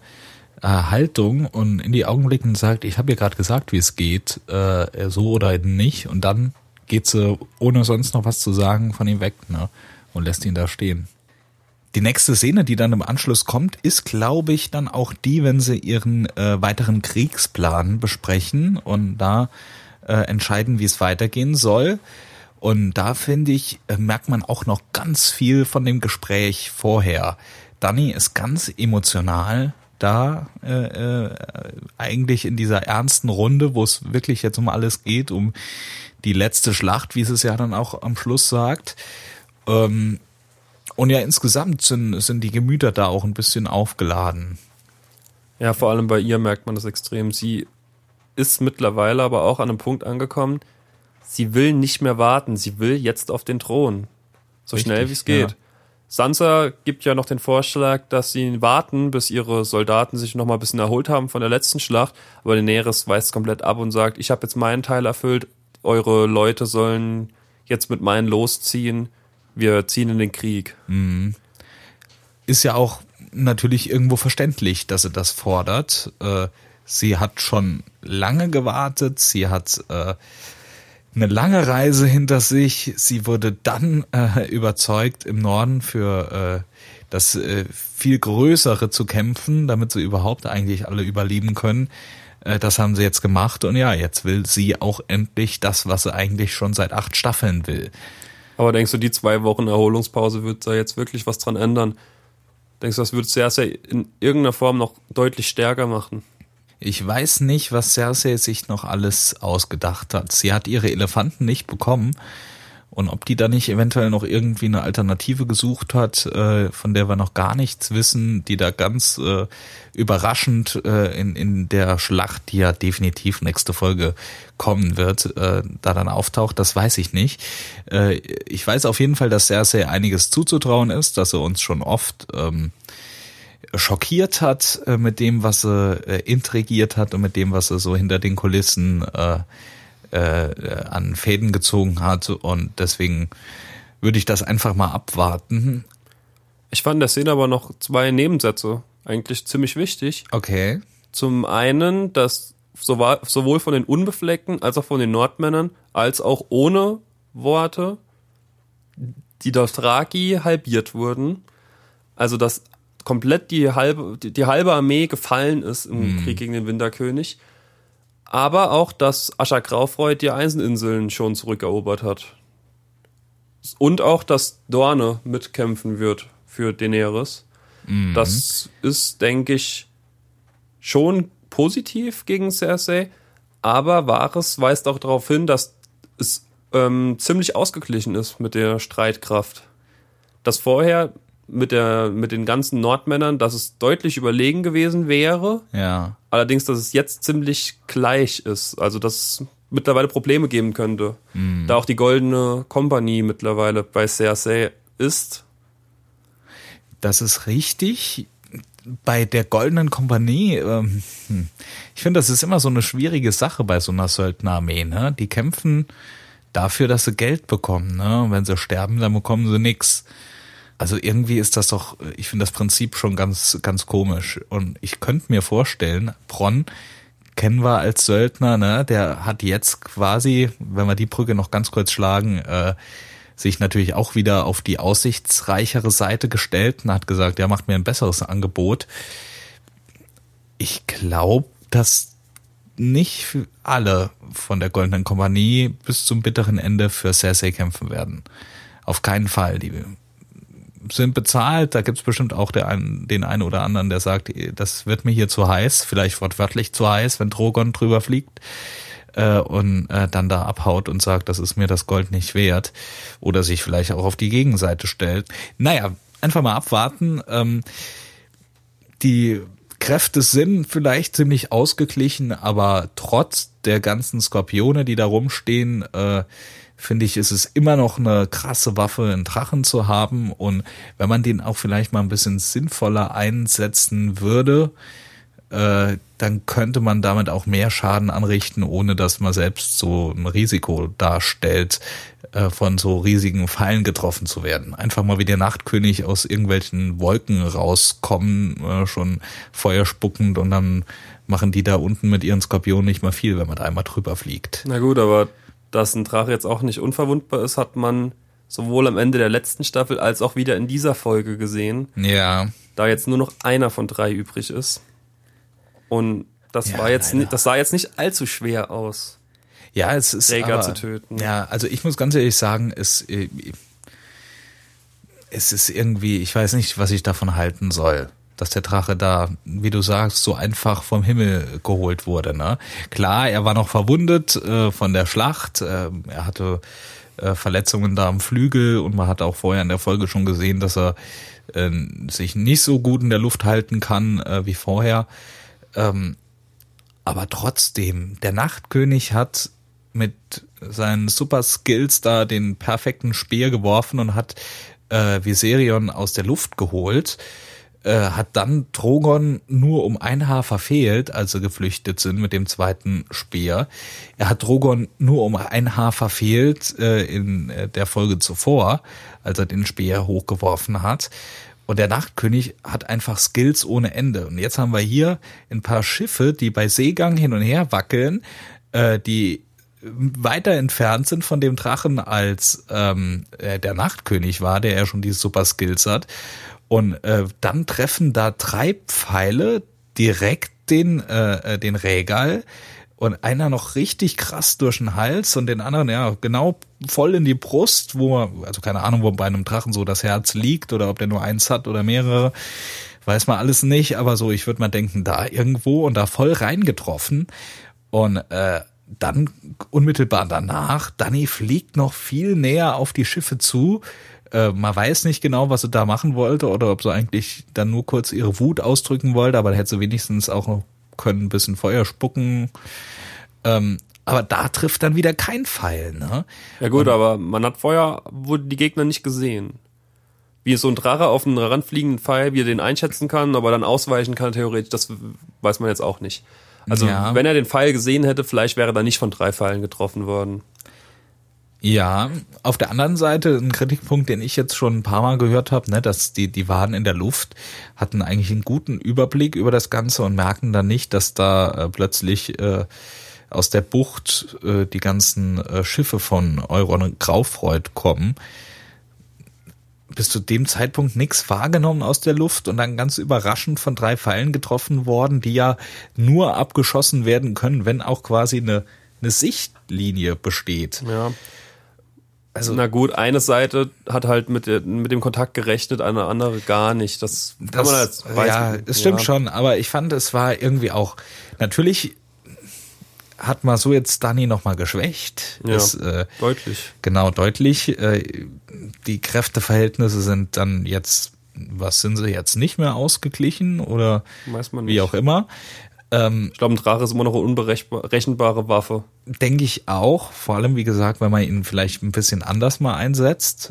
Haltung und in die Augen blicken und sagt, ich habe ihr gerade gesagt, wie es geht, so oder nicht, und dann geht sie, ohne sonst noch was zu sagen, von ihm weg, ne? Und lässt ihn da stehen. Die nächste Szene, die dann im Anschluss kommt, ist, glaube ich, dann auch die, wenn sie ihren weiteren Kriegsplan besprechen und da entscheiden, wie es weitergehen soll. Und da, finde ich, merkt man auch noch ganz viel von dem Gespräch vorher. Dany ist ganz emotional da, eigentlich in dieser ernsten Runde, wo es wirklich jetzt um alles geht, um die letzte Schlacht, wie es ja dann auch am Schluss sagt. Und ja, insgesamt sind die Gemüter da auch ein bisschen aufgeladen. Ja, vor allem bei ihr merkt man das extrem. Sie ist mittlerweile aber auch an einem Punkt angekommen, sie will nicht mehr warten, sie will jetzt auf den Thron. So richtig, schnell wie es geht. Ja. Sansa gibt ja noch den Vorschlag, dass sie warten, bis ihre Soldaten sich noch mal ein bisschen erholt haben von der letzten Schlacht, aber Daenerys weist komplett ab und sagt, ich habe jetzt meinen Teil erfüllt, eure Leute sollen jetzt mit meinen losziehen, wir ziehen in den Krieg. Mhm. Ist ja auch natürlich irgendwo verständlich, dass sie das fordert. Sie hat schon lange gewartet, sie hat eine lange Reise hinter sich. Sie wurde dann überzeugt, im Norden für das viel Größere zu kämpfen, damit sie überhaupt eigentlich alle überleben können. Das haben sie jetzt gemacht und ja, jetzt will sie auch endlich das, was sie eigentlich schon seit 8 Staffeln will. Aber denkst du, die 2 Wochen Erholungspause wird da jetzt wirklich was dran ändern? Denkst du, das wird Cersei in irgendeiner Form noch deutlich stärker machen? Ich weiß nicht, was Cersei sich noch alles ausgedacht hat. Sie hat ihre Elefanten nicht bekommen und ob die da nicht eventuell noch irgendwie eine Alternative gesucht hat, von der wir noch gar nichts wissen, die da ganz überraschend in der Schlacht, die ja definitiv nächste Folge kommen wird, da dann auftaucht, das weiß ich nicht. Ich weiß auf jeden Fall, dass Cersei einiges zuzutrauen ist, dass sie uns schon oft schockiert hat mit dem, was sie intrigiert hat und mit dem, was sie so hinter den Kulissen an Fäden gezogen hat, und deswegen würde ich das einfach mal abwarten. Ich fand der Szene aber noch 2 Nebensätze eigentlich ziemlich wichtig. Okay. Zum einen, dass sowohl von den Unbefleckten als auch von den Nordmännern, als auch ohne Worte, die Dothraki halbiert wurden. Also dass komplett die halbe Armee gefallen ist im Krieg gegen den Winterkönig. Aber auch, dass Ascha Graufreud die Eiseninseln schon zurückerobert hat. Und auch, dass Dorne mitkämpfen wird für Daenerys. Das ist, denke ich, schon positiv gegen Cersei. Aber Varys weist auch darauf hin, dass es ziemlich ausgeglichen ist mit der Streitkraft. Dass vorher mit den ganzen Nordmännern, dass es deutlich überlegen gewesen wäre. Ja. Allerdings, dass es jetzt ziemlich gleich ist. Also, dass es mittlerweile Probleme geben könnte. Da auch die Goldene Kompanie mittlerweile bei Cersei ist. Das ist richtig. Bei der Goldenen Kompanie, ich finde, das ist immer so eine schwierige Sache bei so einer Söldnerarmee, ne? Die kämpfen dafür, dass sie Geld bekommen, ne? Und wenn sie sterben, dann bekommen sie nix. Also irgendwie ist das doch, ich finde das Prinzip schon ganz, ganz komisch. Und ich könnte mir vorstellen, Bronn kennen wir als Söldner, ne? Der hat jetzt quasi, wenn wir die Brücke noch ganz kurz schlagen, sich natürlich auch wieder auf die aussichtsreichere Seite gestellt und hat gesagt, ja, macht mir ein besseres Angebot. Ich glaube, dass nicht alle von der Goldenen Kompanie bis zum bitteren Ende für Cersei kämpfen werden. Auf keinen Fall. Die sind bezahlt, da gibt's bestimmt auch den einen oder anderen, der sagt, das wird mir hier zu heiß, vielleicht wortwörtlich zu heiß, wenn Drogon drüber fliegt und dann da abhaut und sagt, das ist mir das Gold nicht wert, oder sich vielleicht auch auf die Gegenseite stellt. Naja, einfach mal abwarten. Die Kräfte sind vielleicht ziemlich ausgeglichen, aber trotz der ganzen Skorpione, die da rumstehen, finde ich, ist es immer noch eine krasse Waffe, einen Drachen zu haben. Und wenn man den auch vielleicht mal ein bisschen sinnvoller einsetzen würde, dann könnte man damit auch mehr Schaden anrichten, ohne dass man selbst so ein Risiko darstellt, von so riesigen Pfeilen getroffen zu werden. Einfach mal wie der Nachtkönig aus irgendwelchen Wolken rauskommen, schon feuerspuckend, und dann machen die da unten mit ihren Skorpionen nicht mal viel, wenn man da einmal drüber fliegt. Na gut, aber dass ein Drache jetzt auch nicht unverwundbar ist, hat man sowohl am Ende der letzten Staffel als auch wieder in dieser Folge gesehen. Ja. Da jetzt nur noch einer von 3 übrig ist. Und das Ja, war jetzt leider. das sah jetzt nicht allzu schwer aus, Ja, es ist Rhaegar zu töten. Ja, also ich muss ganz ehrlich sagen, es ist irgendwie, ich weiß nicht, was ich davon halten soll, dass der Drache da, wie du sagst, so einfach vom Himmel geholt wurde, ne? Klar, er war noch verwundet von der Schlacht, er hatte Verletzungen da am Flügel, und man hat auch vorher in der Folge schon gesehen, dass er sich nicht so gut in der Luft halten kann wie vorher. Aber trotzdem, der Nachtkönig hat mit seinen Super Skills da den perfekten Speer geworfen und hat Viserion aus der Luft geholt, hat dann Drogon nur um ein Haar verfehlt, als sie geflüchtet sind mit dem zweiten Speer. Er hat Drogon nur um ein Haar verfehlt in der Folge zuvor, als er den Speer hochgeworfen hat. Und der Nachtkönig hat einfach Skills ohne Ende. Und jetzt haben wir hier ein paar Schiffe, die bei Seegang hin und her wackeln, die weiter entfernt sind von dem Drachen, als der Nachtkönig war, der ja schon diese Super Skills hat. Und dann treffen da 3 Pfeile direkt den Rhaegal, und einer noch richtig krass durch den Hals und den anderen ja genau voll in die Brust, wo man, also keine Ahnung, wo bei einem Drachen so das Herz liegt oder ob der nur eins hat oder mehrere, weiß man alles nicht, aber so, ich würde mal denken, da irgendwo, und da voll reingetroffen. Und dann unmittelbar danach, Dani fliegt noch viel näher auf die Schiffe zu. Man weiß nicht genau, was sie da machen wollte oder ob sie eigentlich dann nur kurz ihre Wut ausdrücken wollte, aber da hätte sie wenigstens auch noch können ein bisschen Feuer spucken. Aber da trifft dann wieder kein Pfeil, ne? Ja gut, aber man hat vorher die Gegner nicht gesehen. Wie so ein Drache auf einen heranfliegenden Pfeil, wie er den einschätzen kann, aber dann ausweichen kann theoretisch, das weiß man jetzt auch nicht. Also wenn er den Pfeil gesehen hätte, vielleicht wäre er da nicht von 3 Pfeilen getroffen worden. Ja, auf der anderen Seite ein Kritikpunkt, den ich jetzt schon ein paar Mal gehört habe, ne, dass die waren in der Luft, hatten eigentlich einen guten Überblick über das Ganze und merken dann nicht, dass da plötzlich aus der Bucht die ganzen Schiffe von Euron und Graufreud kommen. Bis zu dem Zeitpunkt nichts wahrgenommen aus der Luft und dann ganz überraschend von 3 Pfeilen getroffen worden, die ja nur abgeschossen werden können, wenn auch quasi eine Sichtlinie besteht. Ja. Also, na gut, eine Seite hat halt mit dem Kontakt gerechnet, eine andere gar nicht. Das kann man als Beispiel. Ja, es stimmt schon, aber ich fand, es war irgendwie auch, natürlich hat man so jetzt Dani nochmal geschwächt. Ja, deutlich. Genau, deutlich. Die Kräfteverhältnisse sind dann jetzt, was sind sie jetzt, nicht mehr ausgeglichen oder weiß man nicht. Wie auch immer. Ich glaube, ein Drache ist immer noch eine unberechenbare Waffe. Denke ich auch. Vor allem, wie gesagt, wenn man ihn vielleicht ein bisschen anders mal einsetzt.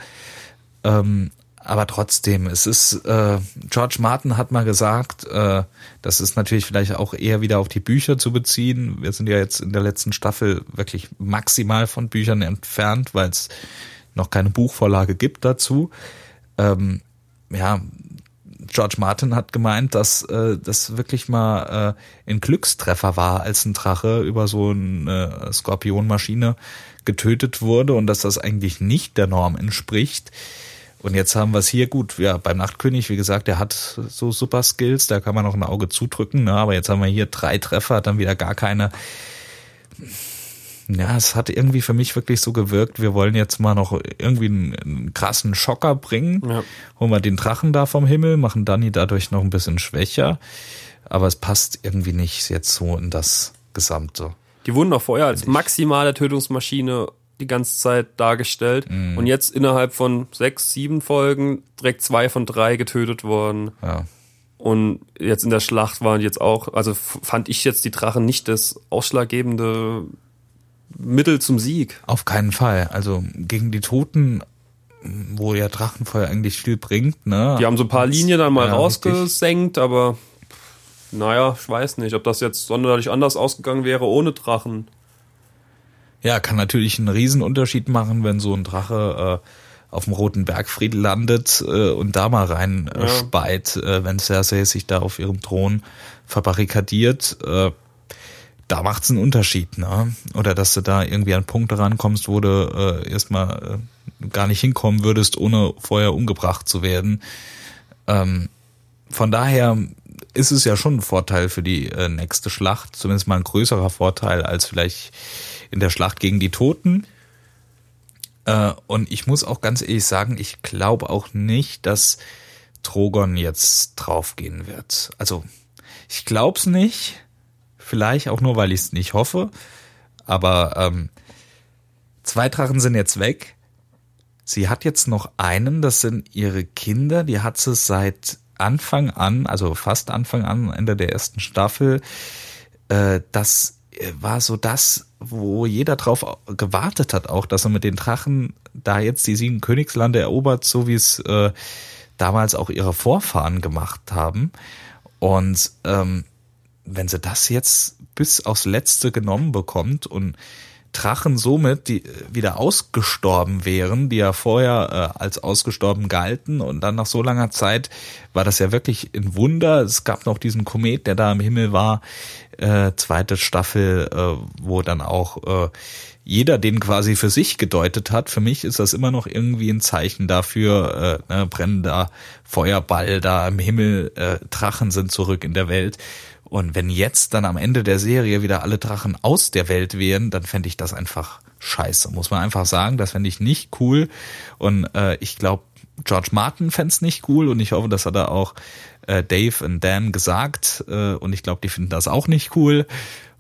Aber trotzdem, es ist, George Martin hat mal gesagt, das ist natürlich vielleicht auch eher wieder auf die Bücher zu beziehen. Wir sind ja jetzt in der letzten Staffel wirklich maximal von Büchern entfernt, weil es noch keine Buchvorlage gibt dazu. George Martin hat gemeint, dass das wirklich mal ein Glückstreffer war, als ein Drache über so eine Skorpionmaschine getötet wurde und dass das eigentlich nicht der Norm entspricht. Und jetzt haben wir es hier gut, ja, beim Nachtkönig, wie gesagt, der hat so super Skills, da kann man noch ein Auge zudrücken, ne? Aber jetzt haben wir hier 3 Treffer, dann wieder gar keine. Ja, es hat irgendwie für mich wirklich so gewirkt, wir wollen jetzt mal noch irgendwie einen krassen Schocker bringen. Ja. Holen wir den Drachen da vom Himmel, machen Dani dadurch noch ein bisschen schwächer. Aber es passt irgendwie nicht jetzt so in das Gesamte. Die wurden doch vorher als maximale Tötungsmaschine die ganze Zeit dargestellt. Und jetzt innerhalb von 6, 7 Folgen direkt 2 von 3 getötet worden. Ja. Und jetzt in der Schlacht waren jetzt auch, also fand ich jetzt die Drachen nicht das ausschlaggebende Mittel zum Sieg. Auf keinen Fall. Also gegen die Toten, wo ja Drachenfeuer eigentlich viel bringt, ne? Die haben so ein paar Linien dann mal rausgesenkt, aber naja, ich weiß nicht, ob das jetzt sonderlich anders ausgegangen wäre ohne Drachen. Ja, kann natürlich einen Riesenunterschied machen, wenn so ein Drache auf dem Roten Bergfried landet und da mal rein speit, wenn Cersei sich da auf ihrem Thron verbarrikadiert. Da macht's einen Unterschied, ne? Oder dass du da irgendwie an Punkte rankommst, wo du erstmal gar nicht hinkommen würdest, ohne vorher umgebracht zu werden. Von daher ist es ja schon ein Vorteil für die nächste Schlacht, zumindest mal ein größerer Vorteil als vielleicht in der Schlacht gegen die Toten. Und ich muss auch ganz ehrlich sagen, ich glaube auch nicht, dass Drogon jetzt draufgehen wird. Also ich glaube es nicht. Vielleicht auch nur, weil ich es nicht hoffe. Aber 2 Drachen sind jetzt weg. Sie hat jetzt noch einen, das sind ihre Kinder. Die hat sie seit Anfang an, also fast Anfang an, Ende der ersten Staffel. Das war so das, wo jeder drauf gewartet hat auch, dass er mit den Drachen da jetzt die 7 Königslande erobert, so wie es damals auch ihre Vorfahren gemacht haben. Und wenn sie das jetzt bis aufs Letzte genommen bekommt und Drachen somit, die wieder ausgestorben wären, die ja vorher als ausgestorben galten und dann nach so langer Zeit war das ja wirklich ein Wunder. Es gab noch diesen Komet, der da im Himmel war, 2. Staffel, wo dann auch jeder den quasi für sich gedeutet hat. Für mich ist das immer noch irgendwie ein Zeichen dafür, brennender Feuerball da im Himmel, Drachen sind zurück in der Welt. Und wenn jetzt dann am Ende der Serie wieder alle Drachen aus der Welt wären, dann fände ich das einfach scheiße. Muss man einfach sagen, das fände ich nicht cool. Und ich glaube, George Martin fände es nicht cool. Und ich hoffe, das hat er auch Dave und Dan gesagt. Und ich glaube, die finden das auch nicht cool.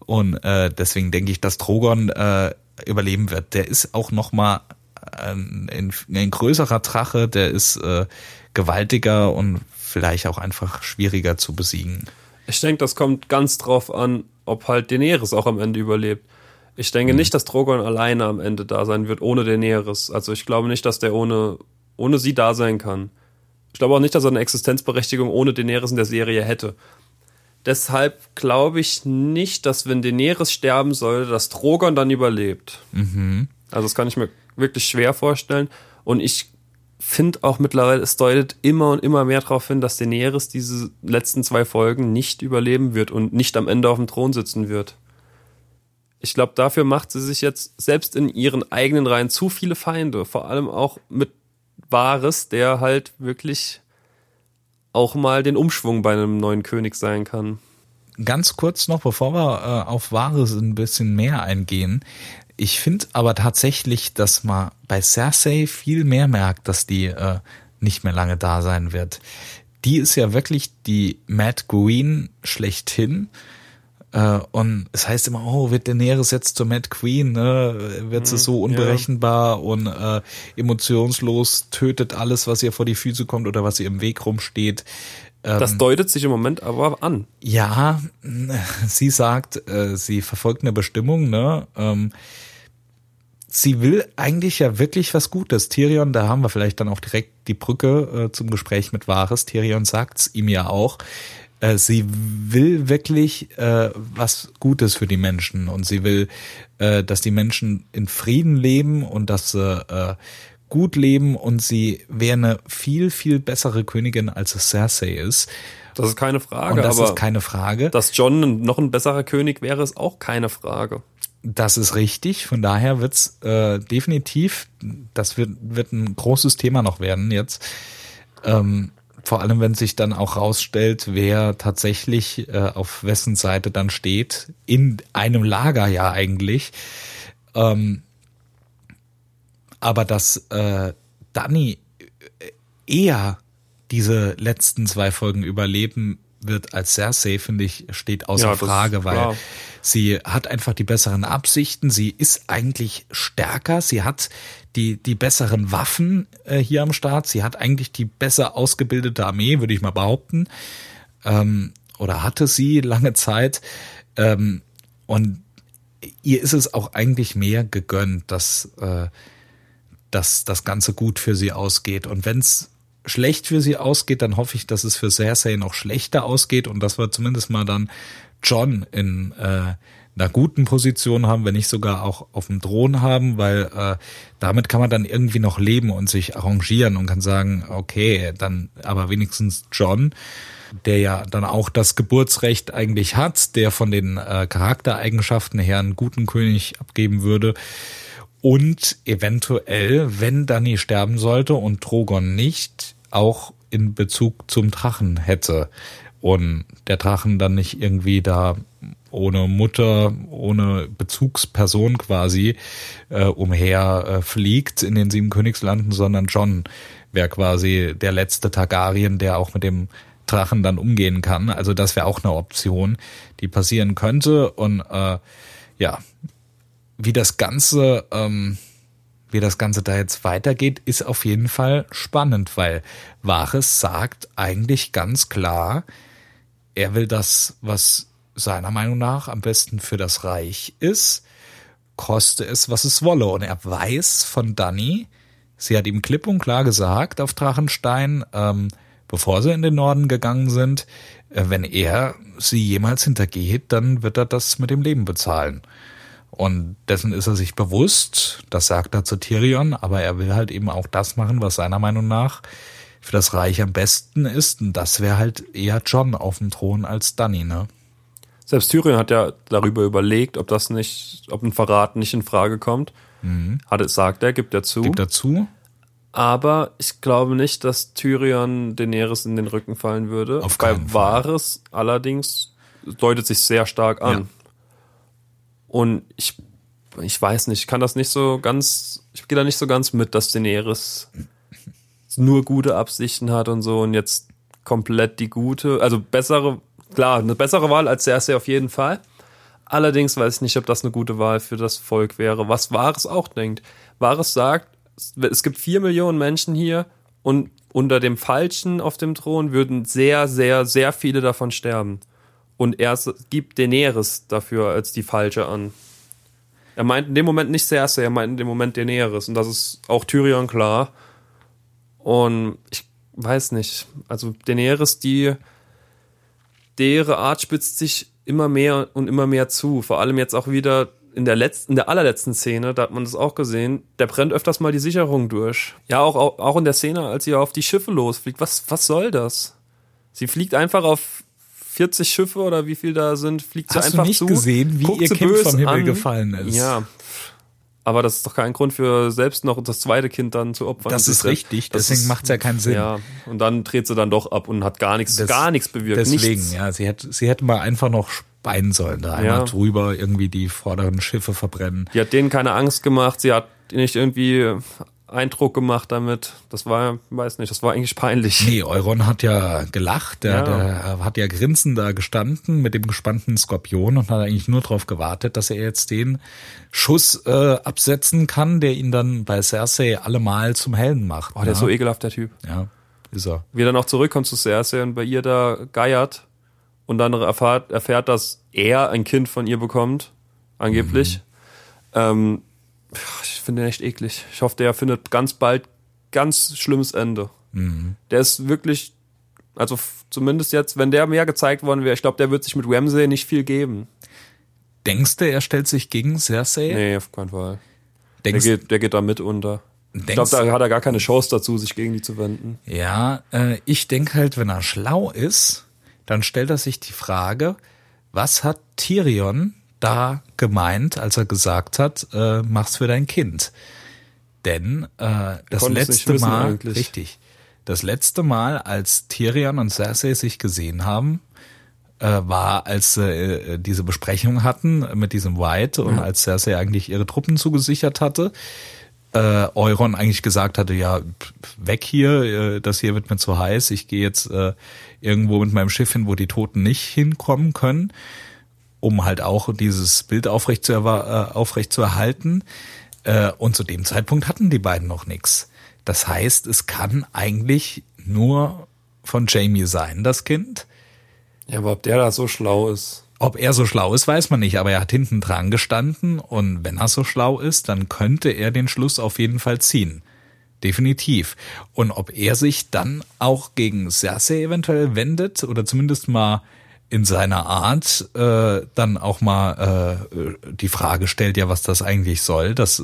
Und deswegen denke ich, dass Drogon überleben wird. Der ist auch nochmal ein größerer Drache, der ist gewaltiger und vielleicht auch einfach schwieriger zu besiegen. Ich denke, das kommt ganz drauf an, ob halt Daenerys auch am Ende überlebt. Ich denke nicht, dass Drogon alleine am Ende da sein wird, ohne Daenerys. Also ich glaube nicht, dass der ohne sie da sein kann. Ich glaube auch nicht, dass er eine Existenzberechtigung ohne Daenerys in der Serie hätte. Deshalb glaube ich nicht, dass wenn Daenerys sterben sollte, dass Drogon dann überlebt. Mhm. Also das kann ich mir wirklich schwer vorstellen. Und ich finde auch mittlerweile, es deutet immer und immer mehr darauf hin, dass Daenerys diese letzten 2 Folgen nicht überleben wird und nicht am Ende auf dem Thron sitzen wird. Ich glaube, dafür macht sie sich jetzt selbst in ihren eigenen Reihen zu viele Feinde. Vor allem auch mit Varys, der halt wirklich auch mal den Umschwung bei einem neuen König sein kann. Ganz kurz noch, bevor wir auf Varys ein bisschen mehr eingehen. Ich finde aber tatsächlich, dass man bei Cersei viel mehr merkt, dass die nicht mehr lange da sein wird. Die ist ja wirklich die Mad Queen schlechthin. Und es heißt immer, oh, wird Daenerys jetzt zur Mad Queen, ne? Wird sie so unberechenbar und emotionslos, tötet alles, was ihr vor die Füße kommt oder was ihr im Weg rumsteht. Das deutet sich im Moment aber an. Ja, sie sagt, sie verfolgt eine Bestimmung, ne? Sie will eigentlich ja wirklich was Gutes. Tyrion, da haben wir vielleicht dann auch direkt die Brücke zum Gespräch mit Varys. Tyrion sagt's ihm ja auch. Sie will wirklich was Gutes für die Menschen und sie will, dass die Menschen in Frieden leben und dass sie gut leben und sie wäre eine viel, viel bessere Königin, als es Cersei ist. Das ist keine Frage. Und das aber ist keine Frage. Dass Jon noch ein besserer König wäre, ist auch keine Frage. Das ist richtig. Von daher wird's definitiv, das wird ein großes Thema noch werden jetzt. Vor allem, wenn sich dann auch rausstellt, wer tatsächlich auf wessen Seite dann steht, in einem Lager ja eigentlich. Aber dass Dany eher diese letzten 2 Folgen überleben wird als Cersei, finde ich, steht außer Frage, weil sie hat einfach die besseren Absichten, sie ist eigentlich stärker, sie hat die besseren Waffen hier am Start, sie hat eigentlich die besser ausgebildete Armee, würde ich mal behaupten, oder hatte sie lange Zeit, und ihr ist es auch eigentlich mehr gegönnt, dass das Ganze gut für sie ausgeht, und wenn es schlecht für sie ausgeht, dann hoffe ich, dass es für Cersei noch schlechter ausgeht und dass wir zumindest mal dann Jon in einer guten Position haben, wenn nicht sogar auch auf dem Thron haben, weil damit kann man dann irgendwie noch leben und sich arrangieren und kann sagen, okay, dann aber wenigstens Jon, der ja dann auch das Geburtsrecht eigentlich hat, der von den Charaktereigenschaften her einen guten König abgeben würde. Und eventuell, wenn Dany sterben sollte und Drogon nicht, auch in Bezug zum Drachen hätte. Und der Drachen dann nicht irgendwie da ohne Mutter, ohne Bezugsperson quasi umher fliegt in den 7 Königslanden, sondern Jon wäre quasi der letzte Targaryen, der auch mit dem Drachen dann umgehen kann. Also das wäre auch eine Option, die passieren könnte. Und ja, wie das Ganze da jetzt weitergeht, ist auf jeden Fall spannend, weil Varys sagt eigentlich ganz klar, er will das, was seiner Meinung nach am besten für das Reich ist, koste es, was es wolle. Und er weiß von Dany, sie hat ihm klipp und klar gesagt auf Drachenstein, bevor sie in den Norden gegangen sind, wenn er sie jemals hintergeht, dann wird er das mit dem Leben bezahlen. Und dessen ist er sich bewusst, das sagt er zu Tyrion, aber er will halt eben auch das machen, was seiner Meinung nach für das Reich am besten ist. Und das wäre halt eher Jon auf dem Thron als Dany, ne? Selbst Tyrion hat ja darüber überlegt, ob ein Verrat nicht in Frage kommt. Sagt er, gibt er zu. Gibt er zu. Aber ich glaube nicht, dass Tyrion Daenerys in den Rücken fallen würde. Auf keinen Fall. Bei Varys allerdings deutet sich sehr stark an. Ja. Und ich weiß nicht, ich gehe da nicht so ganz mit, dass Daenerys nur gute Absichten hat und so und jetzt komplett die gute, also eine bessere Wahl als Cersei auf jeden Fall, Allerdings weiß ich nicht, ob das eine gute Wahl für das Volk wäre. Was Varys auch denkt. Varys sagt, es gibt 4 Millionen Menschen hier und unter dem Falschen auf dem Thron würden sehr, sehr, sehr viele davon sterben. Und er gibt Daenerys dafür als die Falsche an. Er meint in dem Moment nicht Cersei, er meint in dem Moment Daenerys. Und das ist auch Tyrion klar. Und ich weiß nicht, also Daenerys, deren Art spitzt sich immer mehr und immer mehr zu. Vor allem jetzt auch wieder in der allerletzten Szene, da hat man das auch gesehen, der brennt öfters mal die Sicherung durch. Ja, auch in der Szene, als sie auf die Schiffe losfliegt. Was soll das? Sie fliegt einfach auf 40 Schiffe oder wie viel da sind, fliegt sie einfach zu. Hast du nicht gesehen, wie ihr Kind vom Himmel gefallen ist? Ja, aber das ist doch kein Grund für selbst noch das zweite Kind dann zu opfern. Das ist richtig, deswegen macht es ja keinen Sinn. Ja, und dann dreht sie dann doch ab und hat gar nichts bewirkt. Deswegen, nichts. Ja, sie hätte mal einfach noch speien sollen, da einmal drüber irgendwie die vorderen Schiffe verbrennen. Die hat denen keine Angst gemacht, sie hat nicht irgendwie Eindruck gemacht damit. Das war, weiß nicht, das war eigentlich peinlich. Nee, Euron hat ja gelacht, der hat ja grinsend da gestanden mit dem gespannten Skorpion und hat eigentlich nur darauf gewartet, dass er jetzt den Schuss absetzen kann, der ihn dann bei Cersei allemal zum Helden macht. Oh, der ist so ekelhaft, der Typ. Ja, ist er. Wie er dann auch zurückkommt zu Cersei und bei ihr da geiert und dann erfährt, dass er ein Kind von ihr bekommt, angeblich. Ich finde den echt eklig. Ich hoffe, der findet ganz bald ganz schlimmes Ende. Der ist wirklich, also zumindest jetzt, wenn der mehr gezeigt worden wäre, ich glaube, der wird sich mit Ramsay nicht viel geben. Denkst du, er stellt sich gegen Cersei? Nee, auf keinen Fall. Der geht da mit unter. Ich glaube, da hat er gar keine Chance dazu, sich gegen die zu wenden. Ja, ich denke halt, wenn er schlau ist, dann stellt er sich die Frage, was hat Tyrion da gemeint, als er gesagt hat, mach's für dein Kind. Denn das letzte Mal, richtig, das letzte Mal, als Tyrion und Cersei sich gesehen haben, war, als sie diese Besprechung hatten mit diesem White und als Cersei eigentlich ihre Truppen zugesichert hatte, Euron eigentlich gesagt hatte, ja, weg hier, das hier wird mir zu heiß, ich gehe jetzt irgendwo mit meinem Schiff hin, wo die Toten nicht hinkommen können, um halt auch dieses Bild aufrecht zu erhalten. Und zu dem Zeitpunkt hatten die beiden noch nichts. Das heißt, es kann eigentlich nur von Jaime sein, das Kind. Ja, aber ob der da so schlau ist? Ob er so schlau ist, weiß man nicht, aber er hat hinten dran gestanden und wenn er so schlau ist, dann könnte er den Schluss auf jeden Fall ziehen. Definitiv. Und ob er sich dann auch gegen Cersei eventuell wendet oder zumindest mal in seiner Art dann auch mal die Frage stellt, ja, was das eigentlich soll, dass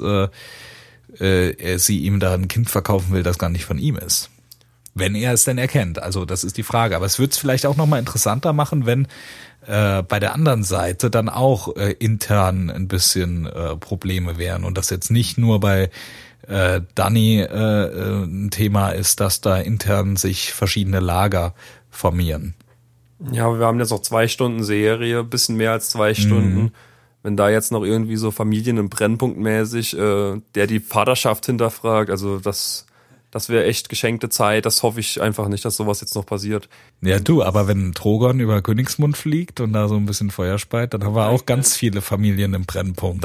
sie ihm da ein Kind verkaufen will, das gar nicht von ihm ist. Wenn er es denn erkennt. Also das ist die Frage. Aber es wird es vielleicht auch noch mal interessanter machen, wenn bei der anderen Seite dann auch intern ein bisschen Probleme wären und das jetzt nicht nur bei Dany ein Thema ist, dass da intern sich verschiedene Lager formieren. Ja, wir haben jetzt noch 2 Stunden Serie, bisschen mehr als 2 Stunden. Wenn da jetzt noch irgendwie so Familien im Brennpunkt mäßig, der die Vaterschaft hinterfragt, also das wäre echt geschenkte Zeit. Das hoffe ich einfach nicht, dass sowas jetzt noch passiert. Ja, du, aber wenn Drogon über Königsmund fliegt und da so ein bisschen Feuer speit, dann haben wir auch ganz viele Familien im Brennpunkt.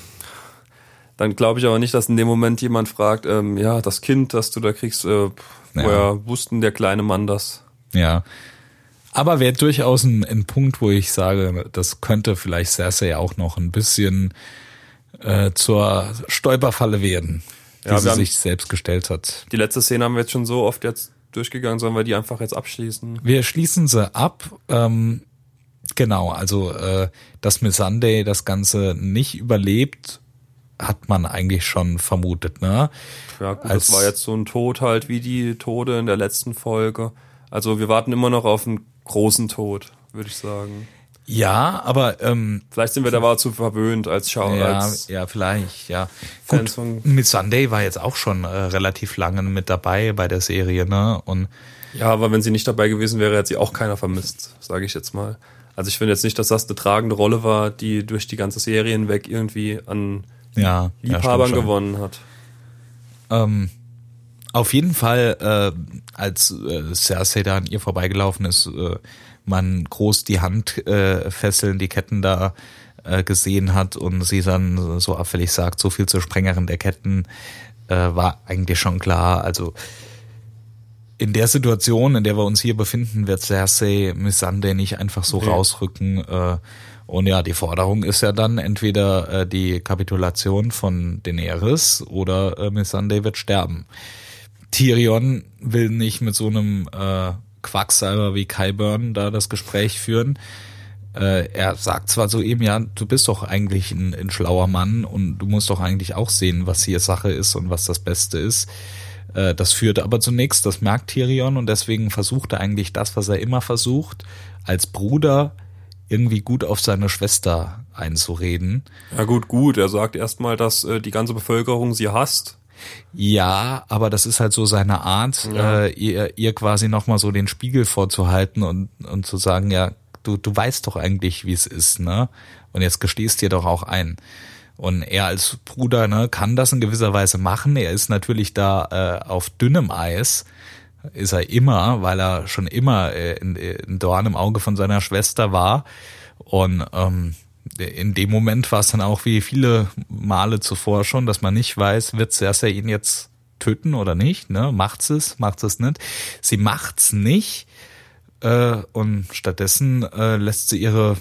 Dann glaube ich aber nicht, dass in dem Moment jemand fragt, ja, das Kind, das du da kriegst, woher wusste denn der kleine Mann das? Ja. Aber wäre durchaus ein Punkt, wo ich sage, das könnte vielleicht Cersei auch noch ein bisschen zur Stolperfalle werden, die sie sich selbst gestellt hat. Die letzte Szene haben wir jetzt schon so oft jetzt durchgegangen, sollen wir die einfach jetzt abschließen? Wir schließen sie ab. Genau, also dass Missandei das Ganze nicht überlebt, hat man eigentlich schon vermutet, ne? Ja, gut, das war jetzt so ein Tod halt wie die Tode in der letzten Folge. Also wir warten immer noch auf einen großen Tod, würde ich sagen. Ja, aber vielleicht sind wir da zu verwöhnt als Schauer. Ja, vielleicht, ja. Gut, Missandei war jetzt auch schon relativ lange mit dabei bei der Serie, ne? Und ja, aber wenn sie nicht dabei gewesen wäre, hätte sie auch keiner vermisst, sage ich jetzt mal. Also ich finde jetzt nicht, dass das eine tragende Rolle war, die durch die ganze Serie hinweg irgendwie an Liebhabern gewonnen hat. Auf jeden Fall, als Cersei da an ihr vorbeigelaufen ist, man groß die Handfesseln, die Ketten da gesehen hat und sie dann so abfällig sagt, so viel zur Sprengerin der Ketten, war eigentlich schon klar. Also in der Situation, in der wir uns hier befinden, wird Cersei Missandei nicht einfach so rausrücken. Und ja, die Forderung ist ja dann entweder die Kapitulation von Daenerys oder Missandei wird sterben. Tyrion will nicht mit so einem Quacksalber wie Qyburn da das Gespräch führen. Er sagt zwar so eben, ja, du bist doch eigentlich ein schlauer Mann und du musst doch eigentlich auch sehen, was hier Sache ist und was das Beste ist. Das führt aber zunächst, das merkt Tyrion und deswegen versucht er eigentlich das, was er immer versucht, als Bruder irgendwie gut auf seine Schwester einzureden. Ja gut. Er sagt erstmal, dass die ganze Bevölkerung sie hasst. Ja, aber das ist halt so seine Art, ihr quasi nochmal so den Spiegel vorzuhalten und zu sagen, ja, du weißt doch eigentlich, wie es ist, ne? Und jetzt gestehst dir doch auch ein. Und er als Bruder, ne, kann das in gewisser Weise machen. Er ist natürlich da auf dünnem Eis, ist er immer, weil er schon immer ein Dorn im Auge von seiner Schwester war. Und in dem Moment war es dann auch wie viele Male zuvor schon, dass man nicht weiß, wird Cersei ihn jetzt töten oder nicht, ne? Macht es nicht. Sie macht's nicht. Und stattdessen lässt sie ihre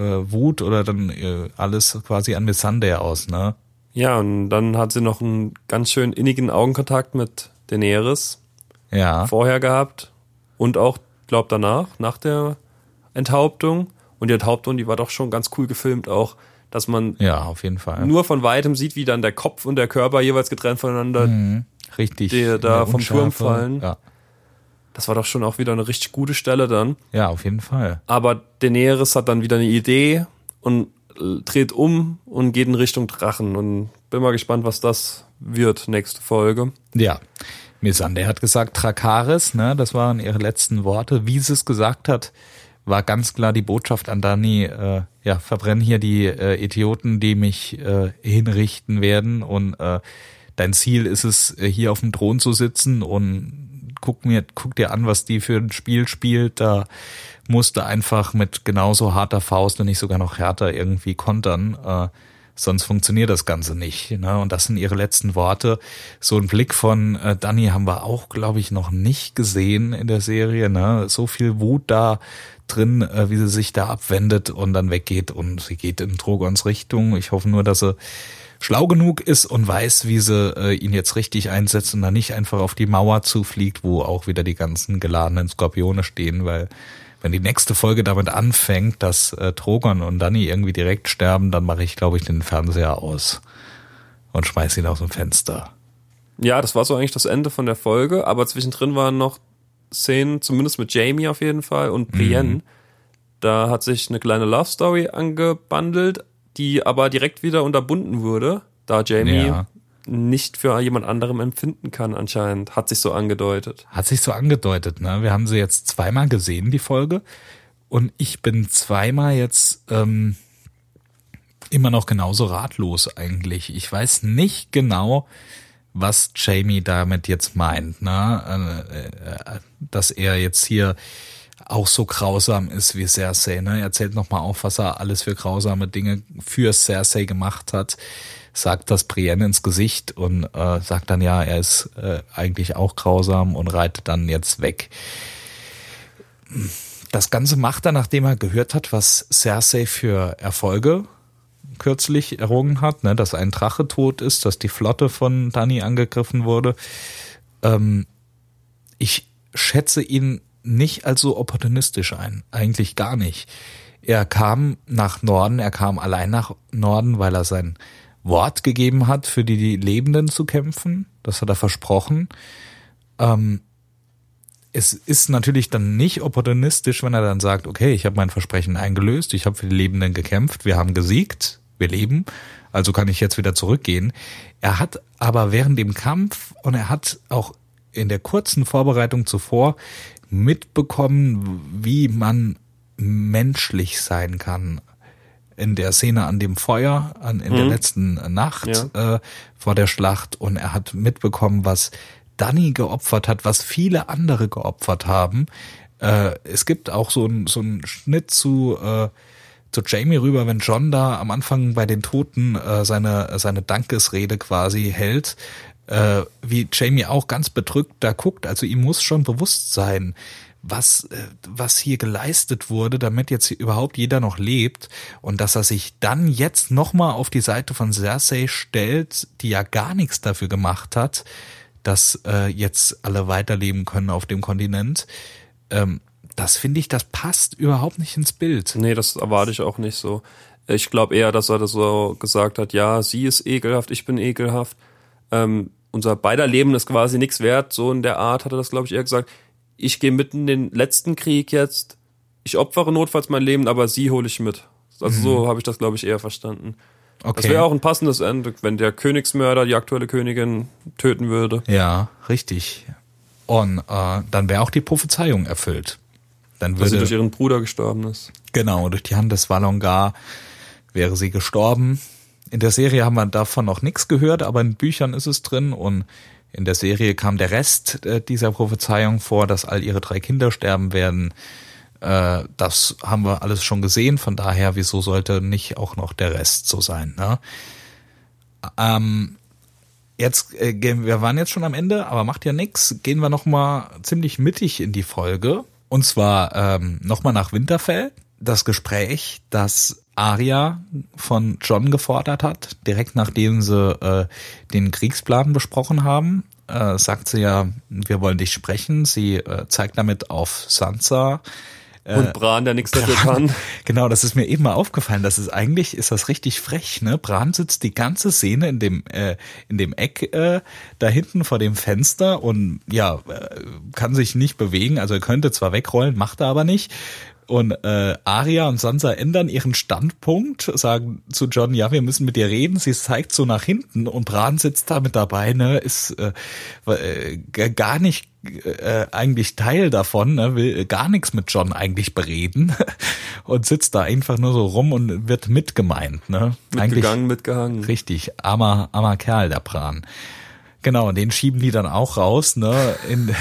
Wut oder dann alles quasi an Missandei aus, ne? Ja, und dann hat sie noch einen ganz schön innigen Augenkontakt mit Daenerys vorher gehabt und auch, glaub danach, nach der Enthauptung. Und die Enthauptung, die war doch schon ganz cool gefilmt auch, dass man auf jeden Fall nur von weitem sieht, wie dann der Kopf und der Körper jeweils getrennt voneinander richtig die da vom Turm fallen. Ja. Das war doch schon auch wieder eine richtig gute Stelle dann. Ja, auf jeden Fall. Aber Daenerys hat dann wieder eine Idee und dreht um und geht in Richtung Drachen. Und bin mal gespannt, was das wird nächste Folge. Ja, Missandei hat gesagt Dracarys, ne, das waren ihre letzten Worte. Wie sie es gesagt hat, war ganz klar die Botschaft an Dany, verbrenn hier die Idioten, die mich hinrichten werden und dein Ziel ist es, hier auf dem Thron zu sitzen und guck dir an, was die für ein Spiel spielt. Da musste einfach mit genauso harter Faust und nicht sogar noch härter irgendwie kontern. Sonst funktioniert das Ganze nicht. Ne? Und das sind ihre letzten Worte. So ein Blick von Dany haben wir auch, glaube ich, noch nicht gesehen in der Serie. Ne? So viel Wut da drin, wie sie sich da abwendet und dann weggeht. Und sie geht in Drogons Richtung. Ich hoffe nur, dass sie schlau genug ist und weiß, wie sie ihn jetzt richtig einsetzt und dann nicht einfach auf die Mauer zufliegt, wo auch wieder die ganzen geladenen Skorpione stehen, weil wenn die nächste Folge damit anfängt, dass Drogon und Dany irgendwie direkt sterben, dann mache ich, glaube ich, den Fernseher aus und schmeiß ihn aus dem Fenster. Ja, das war so eigentlich das Ende von der Folge, aber zwischendrin waren noch Szenen, zumindest mit Jaime auf jeden Fall und Brienne. Da hat sich eine kleine Love Story angebandelt, die aber direkt wieder unterbunden wurde, da Jaime nicht für jemand anderem empfinden kann anscheinend, hat sich so angedeutet. Hat sich so angedeutet, ne? Wir haben sie jetzt zweimal gesehen, die Folge, und ich bin zweimal jetzt immer noch genauso ratlos eigentlich. Ich weiß nicht genau, was Jaime damit jetzt meint, ne? Dass er jetzt hier auch so grausam ist wie Cersei, ne? Er zählt nochmal auf, was er alles für grausame Dinge für Cersei gemacht hat, sagt das Brienne ins Gesicht und sagt dann, ja, er ist eigentlich auch grausam und reitet dann jetzt weg. Das Ganze macht er, nachdem er gehört hat, was Cersei für Erfolge kürzlich errungen hat, ne? Dass ein Drache tot ist, dass die Flotte von Dany angegriffen wurde. Ich schätze ihn nicht als so opportunistisch ein. Eigentlich gar nicht. Er kam nach Norden, er kam allein nach Norden, weil er sein Wort gegeben hat, für die Lebenden zu kämpfen. Das hat er versprochen. Es ist natürlich dann nicht opportunistisch, wenn er dann sagt, okay, ich habe mein Versprechen eingelöst, ich habe für die Lebenden gekämpft, wir haben gesiegt, wir leben, also kann ich jetzt wieder zurückgehen. Er hat aber während dem Kampf und er hat auch in der kurzen Vorbereitung zuvor mitbekommen, wie man menschlich sein kann. In der Szene an dem Feuer, in der letzten Nacht vor der Schlacht, und er hat mitbekommen, was Dany geopfert hat, was viele andere geopfert haben. Es gibt auch so einen Schnitt zu zu Jamie rüber, wenn Jon da am Anfang bei den Toten seine Dankesrede quasi hält, wie Jamie auch ganz bedrückt da guckt. Also ihm muss schon bewusst sein, was hier geleistet wurde, damit jetzt hier überhaupt jeder noch lebt, und dass er sich dann jetzt nochmal auf die Seite von Cersei stellt, die ja gar nichts dafür gemacht hat, dass jetzt alle weiterleben können auf dem Kontinent. Das finde ich, das passt überhaupt nicht ins Bild. Nee, das erwarte ich auch nicht so. Ich glaube eher, dass er das so gesagt hat, ja, sie ist ekelhaft, ich bin ekelhaft. Unser beider Leben ist quasi nichts wert, so in der Art hat er das, glaube ich, eher gesagt. Ich gehe mitten in den letzten Krieg jetzt, ich opfere notfalls mein Leben, aber sie hole ich mit. Also so habe ich das, glaube ich, eher verstanden. Okay. Das wäre auch ein passendes Ende, wenn der Königsmörder die aktuelle Königin töten würde. Ja, richtig. Und dann wäre auch die Prophezeiung erfüllt. Dann würde, dass sie durch ihren Bruder gestorben ist. Genau, durch die Hand des Valonqar wäre sie gestorben. In der Serie haben wir davon noch nichts gehört, aber in Büchern ist es drin, und in der Serie kam der Rest dieser Prophezeiung vor, dass all ihre 3 Kinder sterben werden. Das haben wir alles schon gesehen, von daher, wieso sollte nicht auch noch der Rest so sein, ne? Wir waren jetzt schon am Ende, aber macht ja nichts. Gehen wir nochmal ziemlich mittig in die Folge. Und zwar nochmal nach Winterfell. Das Gespräch, das Arya von Jon gefordert hat, direkt nachdem sie den Kriegsplan besprochen haben, sagt sie ja, wir wollen dich sprechen. Sie zeigt damit auf Sansa. Und Bran, der nichts dafür kann. Genau, das ist mir eben mal aufgefallen. Das ist eigentlich, ist das richtig frech, ne? Bran sitzt die ganze Szene in dem Eck da hinten vor dem Fenster und ja, kann sich nicht bewegen. Also er könnte zwar wegrollen, macht er aber nicht. Und Arya und Sansa ändern ihren Standpunkt, sagen zu Jon, ja, wir müssen mit dir reden. Sie zeigt so nach hinten und Bran sitzt da mit dabei, ne, ist gar nicht eigentlich Teil davon, ne, will gar nichts mit Jon eigentlich bereden und sitzt da einfach nur so rum und wird mitgemeint, ne? Mitgegangen, mitgehangen. Richtig, armer Kerl, der Bran. Genau, und den schieben die dann auch raus, ne?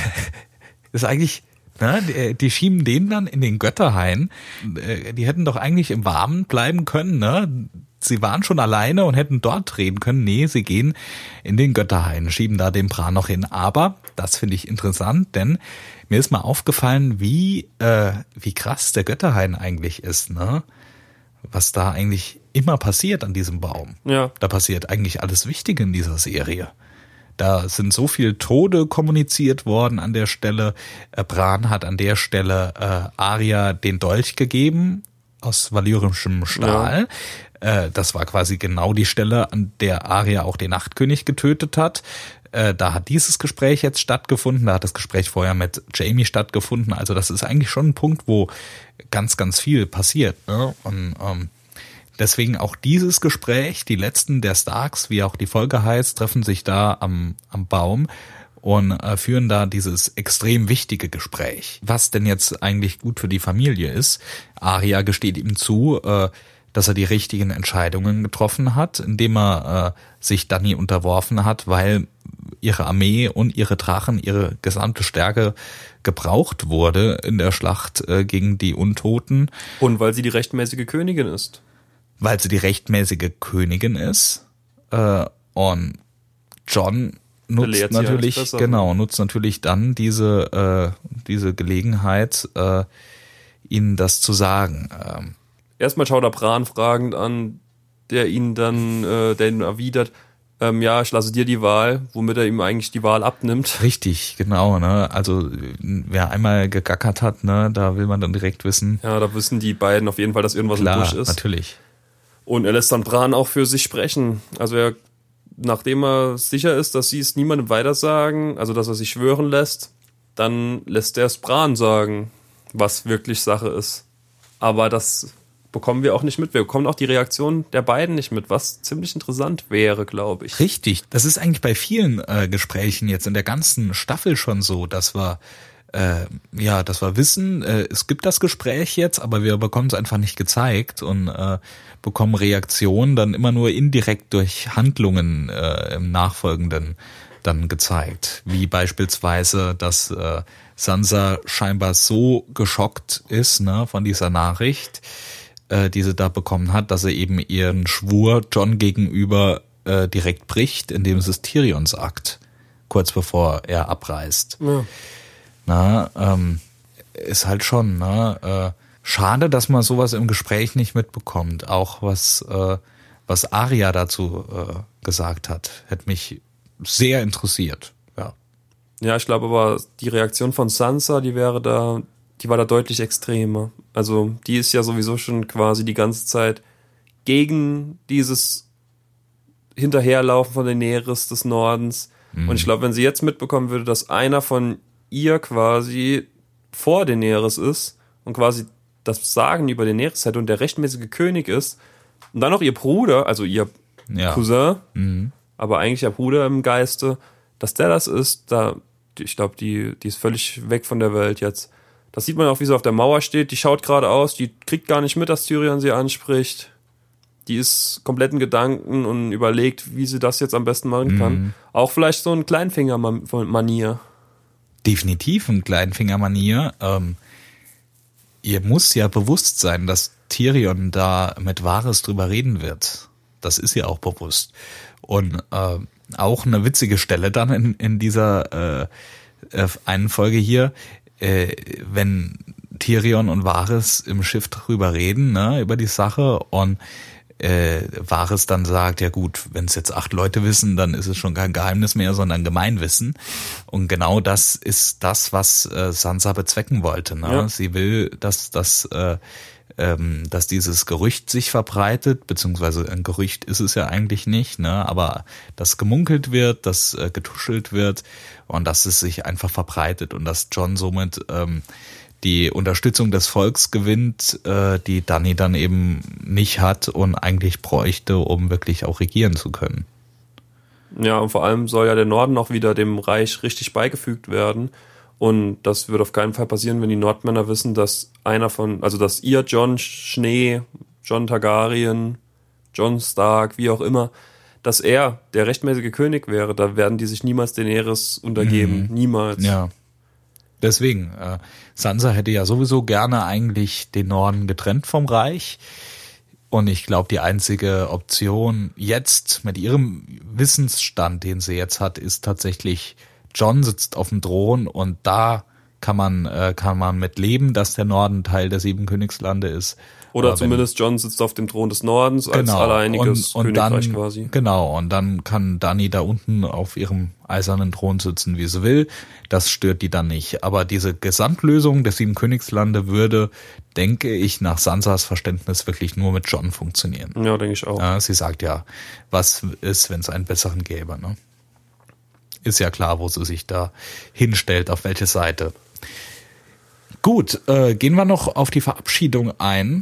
Ist eigentlich, ne, die schieben den dann in den Götterhain. Die hätten doch eigentlich im Warmen bleiben können, ne? Sie waren schon alleine und hätten dort reden können. Nee, sie gehen in den Götterhain, schieben da den Bran noch hin. Aber das finde ich interessant, denn mir ist mal aufgefallen, wie krass der Götterhain eigentlich ist, ne? Was da eigentlich immer passiert an diesem Baum. Ja. Da passiert eigentlich alles Wichtige in dieser Serie. Da sind so viele Tode kommuniziert worden an der Stelle. Bran hat an der Stelle Arya den Dolch gegeben aus valyrischem Stahl. Ja. Das war quasi genau die Stelle, an der Arya auch den Nachtkönig getötet hat. Da hat dieses Gespräch jetzt stattgefunden. Da hat das Gespräch vorher mit Jamie stattgefunden. Also das ist eigentlich schon ein Punkt, wo ganz, ganz viel passiert, ne? Und deswegen auch dieses Gespräch, die letzten der Starks, wie auch die Folge heißt, treffen sich da am Baum und führen da dieses extrem wichtige Gespräch. Was denn jetzt eigentlich gut für die Familie ist. Arya gesteht ihm zu, dass er die richtigen Entscheidungen getroffen hat, indem er sich Dany unterworfen hat, weil ihre Armee und ihre Drachen, ihre gesamte Stärke gebraucht wurde in der Schlacht gegen die Untoten. Und weil sie die rechtmäßige Königin ist. Weil sie die rechtmäßige Königin ist. Und Jon nutzt natürlich dann diese Gelegenheit, ihnen das zu sagen. Erstmal schaut er Bran fragend an, der ihn erwidert, ja, ich lasse dir die Wahl, womit er ihm eigentlich die Wahl abnimmt. Richtig, genau, ne? Also wer einmal gegackert hat, ne, da will man dann direkt wissen. Ja, da wissen die beiden auf jeden Fall, dass irgendwas im Busch ist. Natürlich. Und er lässt dann Bran auch für sich sprechen. Also nachdem er sicher ist, dass sie es niemandem weitersagen, also dass er sich schwören lässt, dann lässt er es Bran sagen, was wirklich Sache ist. Aber das bekommen wir auch nicht mit. Wir bekommen auch die Reaktion der beiden nicht mit, was ziemlich interessant wäre, glaube ich. Richtig. Das ist eigentlich bei vielen Gesprächen jetzt in der ganzen Staffel schon so, dass wir wissen, es gibt das Gespräch jetzt, aber wir bekommen es einfach nicht gezeigt und bekommen Reaktionen dann immer nur indirekt durch Handlungen im Nachfolgenden dann gezeigt. Wie beispielsweise, dass Sansa scheinbar so geschockt ist, ne, von dieser Nachricht, die sie da bekommen hat, dass sie eben ihren Schwur Jon gegenüber direkt bricht, indem sie es Tyrion sagt, kurz bevor er abreist. Ja. Ist halt schon, schade, dass man sowas im Gespräch nicht mitbekommt. Auch was Arya dazu gesagt hat, hätte mich sehr interessiert. Ja. Ja, ich glaube aber, die Reaktion von Sansa, die war da deutlich extremer. Also, die ist ja sowieso schon quasi die ganze Zeit gegen dieses Hinterherlaufen von Daenerys des Nordens. Und ich glaube, wenn sie jetzt mitbekommen würde, dass einer von ihr quasi vor Daenerys ist und quasi das Sagen über Daenerys hätte und der rechtmäßige König ist und dann noch ihr Bruder, also ihr Cousin, aber eigentlich ihr Bruder im Geiste, dass der das ist, ich glaube, die ist völlig weg von der Welt jetzt. Das sieht man auch, wie sie auf der Mauer steht, die schaut geradeaus, die kriegt gar nicht mit, dass Tyrion sie anspricht. Die ist komplett in Gedanken und überlegt, wie sie das jetzt am besten machen kann. Auch vielleicht so ein Kleinfinger-Manier. Definitiv ein Kleinfinger-Manier. Ihr muss ja bewusst sein, dass Tyrion da mit Varys drüber reden wird. Das ist ja auch bewusst. Und auch eine witzige Stelle dann in dieser einen Folge hier, wenn Tyrion und Varys im Schiff drüber reden, über die Sache und Varys dann sagt, ja gut, wenn es jetzt 8 Leute wissen, dann ist es schon kein Geheimnis mehr, sondern Gemeinwissen. Und genau das ist das, was Sansa bezwecken wollte. Ja. Sie will, dass dieses Gerücht sich verbreitet, beziehungsweise ein Gerücht ist es ja eigentlich nicht, aber dass gemunkelt wird, dass getuschelt wird und dass es sich einfach verbreitet und dass Jon somit die Unterstützung des Volks gewinnt, die Dany dann eben nicht hat und eigentlich bräuchte, um wirklich auch regieren zu können. Ja, und vor allem soll ja der Norden auch wieder dem Reich richtig beigefügt werden. Und das wird auf keinen Fall passieren, wenn die Nordmänner wissen, dass dass ihr Jon Schnee, Jon Targaryen, Jon Stark, wie auch immer, dass er der rechtmäßige König wäre. Da werden die sich niemals Daenerys untergeben. Niemals. Ja. Deswegen, Sansa hätte ja sowieso gerne eigentlich den Norden getrennt vom Reich. Und ich glaube, die einzige Option jetzt mit ihrem Wissensstand, den sie jetzt hat, ist tatsächlich, Jon sitzt auf dem Thron und da kann man mit leben, dass der Norden Teil der 7 Königslande ist. Oder zumindest Jon sitzt auf dem Thron des Nordens als alleiniges Königreich dann, quasi. Genau, und dann kann Dany da unten auf ihrem eisernen Thron sitzen, wie sie will. Das stört die dann nicht. Aber diese Gesamtlösung der 7 Königslande würde, denke ich, nach Sansas Verständnis wirklich nur mit Jon funktionieren. Ja, denke ich auch. Ja, sie sagt ja, was ist, wenn es einen besseren gäbe, ne? Ist ja klar, wo sie sich da hinstellt, auf welche Seite. Gut, gehen wir noch auf die Verabschiedung ein.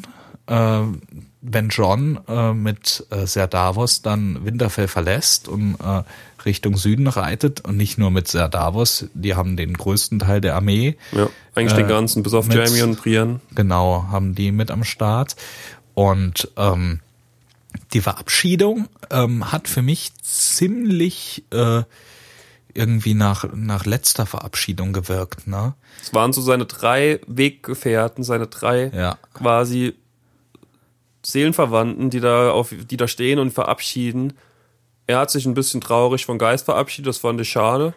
Wenn Jon mit Ser Davos dann Winterfell verlässt und Richtung Süden reitet und nicht nur mit Ser Davos, die haben den größten Teil der Armee. Ja, eigentlich den ganzen, bis auf Jaime und Brienne. Genau, haben die mit am Start. Und die Verabschiedung hat für mich ziemlich irgendwie nach letzter Verabschiedung gewirkt, ne? Es waren so seine 3 Weggefährten, seine 3 quasi Seelenverwandten, die da stehen und verabschieden. Er hat sich ein bisschen traurig von Geist verabschiedet, das fand ich schade.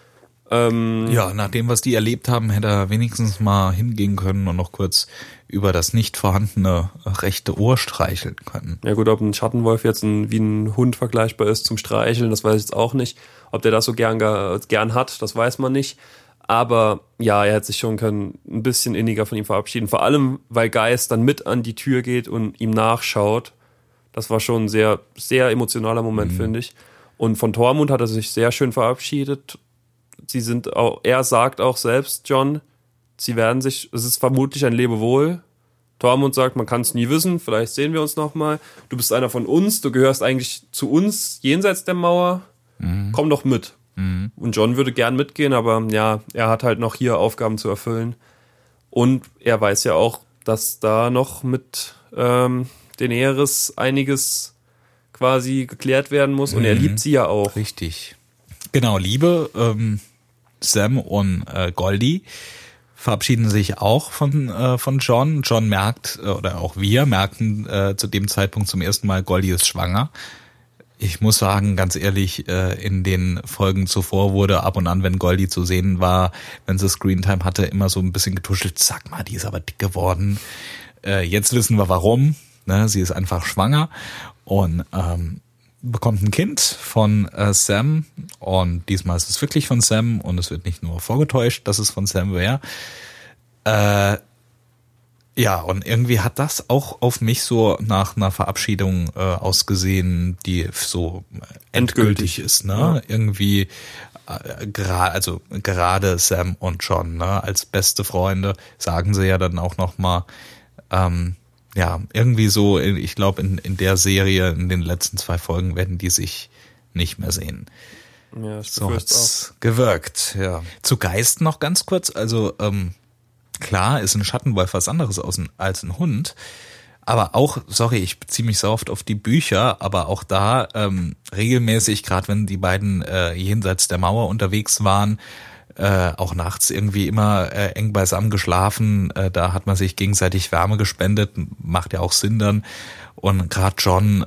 Ja, nach dem, was die erlebt haben, hätte er wenigstens mal hingehen können und noch kurz über das nicht vorhandene rechte Ohr streicheln können. Ja gut, ob ein Schattenwolf jetzt wie ein Hund vergleichbar ist zum Streicheln, das weiß ich jetzt auch nicht. Ob der das so gern hat, das weiß man nicht. Aber ja, er hätte sich schon können ein bisschen inniger von ihm verabschieden. Vor allem, weil Geist dann mit an die Tür geht und ihm nachschaut. Das war schon ein sehr, sehr emotionaler Moment, finde ich. Und von Tormund hat er sich sehr schön verabschiedet. Er sagt auch selbst, Jon, es ist vermutlich ein Lebewohl. Tormund sagt, man kann es nie wissen, vielleicht sehen wir uns nochmal. Du bist einer von uns, du gehörst eigentlich zu uns jenseits der Mauer. Komm doch mit. Und Jon würde gern mitgehen, aber ja, er hat halt noch hier Aufgaben zu erfüllen. Und er weiß ja auch, dass da noch mit Daenerys einiges quasi geklärt werden muss. Und er liebt sie ja auch. Richtig. Genau, Liebe, Sam und Goldie verabschieden sich auch von John. John merkt, oder auch wir merken zu dem Zeitpunkt zum ersten Mal, Goldie ist schwanger. Ich muss sagen, ganz ehrlich, in den Folgen zuvor wurde ab und an, wenn Goldie zu sehen war, wenn sie Screentime hatte, immer so ein bisschen getuschelt. Sag mal, die ist aber dick geworden. Jetzt wissen wir warum. Ne? Sie ist einfach schwanger und bekommt ein Kind von Sam. Und diesmal ist es wirklich von Sam und es wird nicht nur vorgetäuscht, dass es von Sam wäre. Ja, und irgendwie hat das auch auf mich so nach einer Verabschiedung ausgesehen, die so endgültig ist, ne? Ja. Irgendwie gerade Sam und John, ne? Als beste Freunde sagen sie ja dann auch nochmal, ja, irgendwie so, ich glaube in der Serie, in den letzten 2 Folgen werden die sich nicht mehr sehen. Ja, so hat's gewirkt, ja. Zu Geist noch ganz kurz, also klar ist ein Schattenwolf was anderes als ein Hund, aber auch, sorry, ich beziehe mich so oft auf die Bücher, aber auch da regelmäßig, gerade wenn die beiden jenseits der Mauer unterwegs waren, auch nachts irgendwie immer eng beisammen geschlafen, da hat man sich gegenseitig Wärme gespendet, macht ja auch Sinn dann. Und gerade John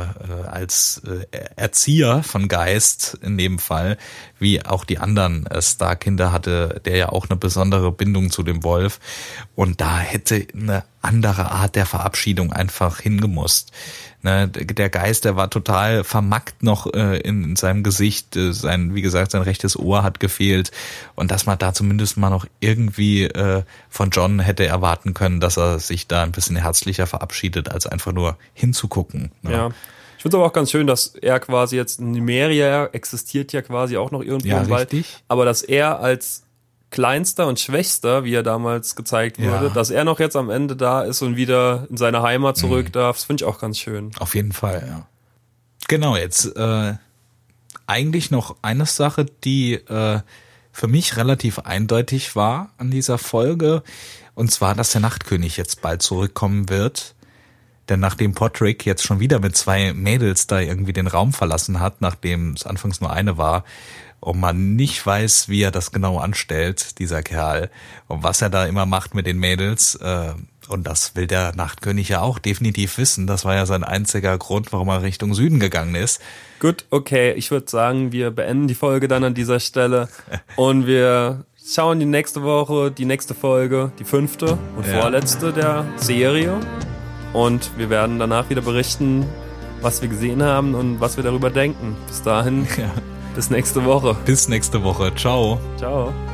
als Erzieher von Geist in dem Fall, wie auch die anderen Stark-Kinder, hatte der ja auch eine besondere Bindung zu dem Wolf. Und da hätte eine andere Art der Verabschiedung einfach hingemusst. Ne, der Geist, der war total vermackt noch in seinem Gesicht. Wie gesagt, sein rechtes Ohr hat gefehlt. Und dass man da zumindest mal noch irgendwie von John hätte erwarten können, dass er sich da ein bisschen herzlicher verabschiedet, als einfach nur hinzugucken. Ne? Ja. Ich finde es aber auch ganz schön, dass er quasi jetzt, Nymeria existiert ja quasi auch noch irgendwo im Wald. Richtig. Aber dass er als Kleinster und Schwächster, wie er damals gezeigt wurde, dass er noch jetzt am Ende da ist und wieder in seine Heimat zurück darf, das finde ich auch ganz schön. Auf jeden Fall, ja. Genau, jetzt eigentlich noch eine Sache, die für mich relativ eindeutig war an dieser Folge, und zwar, dass der Nachtkönig jetzt bald zurückkommen wird. Denn nachdem Podrick jetzt schon wieder mit 2 Mädels da irgendwie den Raum verlassen hat, nachdem es anfangs nur eine war, und man nicht weiß, wie er das genau anstellt, dieser Kerl, und was er da immer macht mit den Mädels, und das will der Nachtkönig ja auch definitiv wissen. Das war ja sein einziger Grund, warum er Richtung Süden gegangen ist. Gut, okay, ich würde sagen, wir beenden die Folge dann an dieser Stelle und wir schauen die nächste Folge, die 5. und vorletzte der Serie, und wir werden danach wieder berichten, was wir gesehen haben und was wir darüber denken. Bis dahin, bis nächste Woche. Bis nächste Woche. Ciao. Ciao.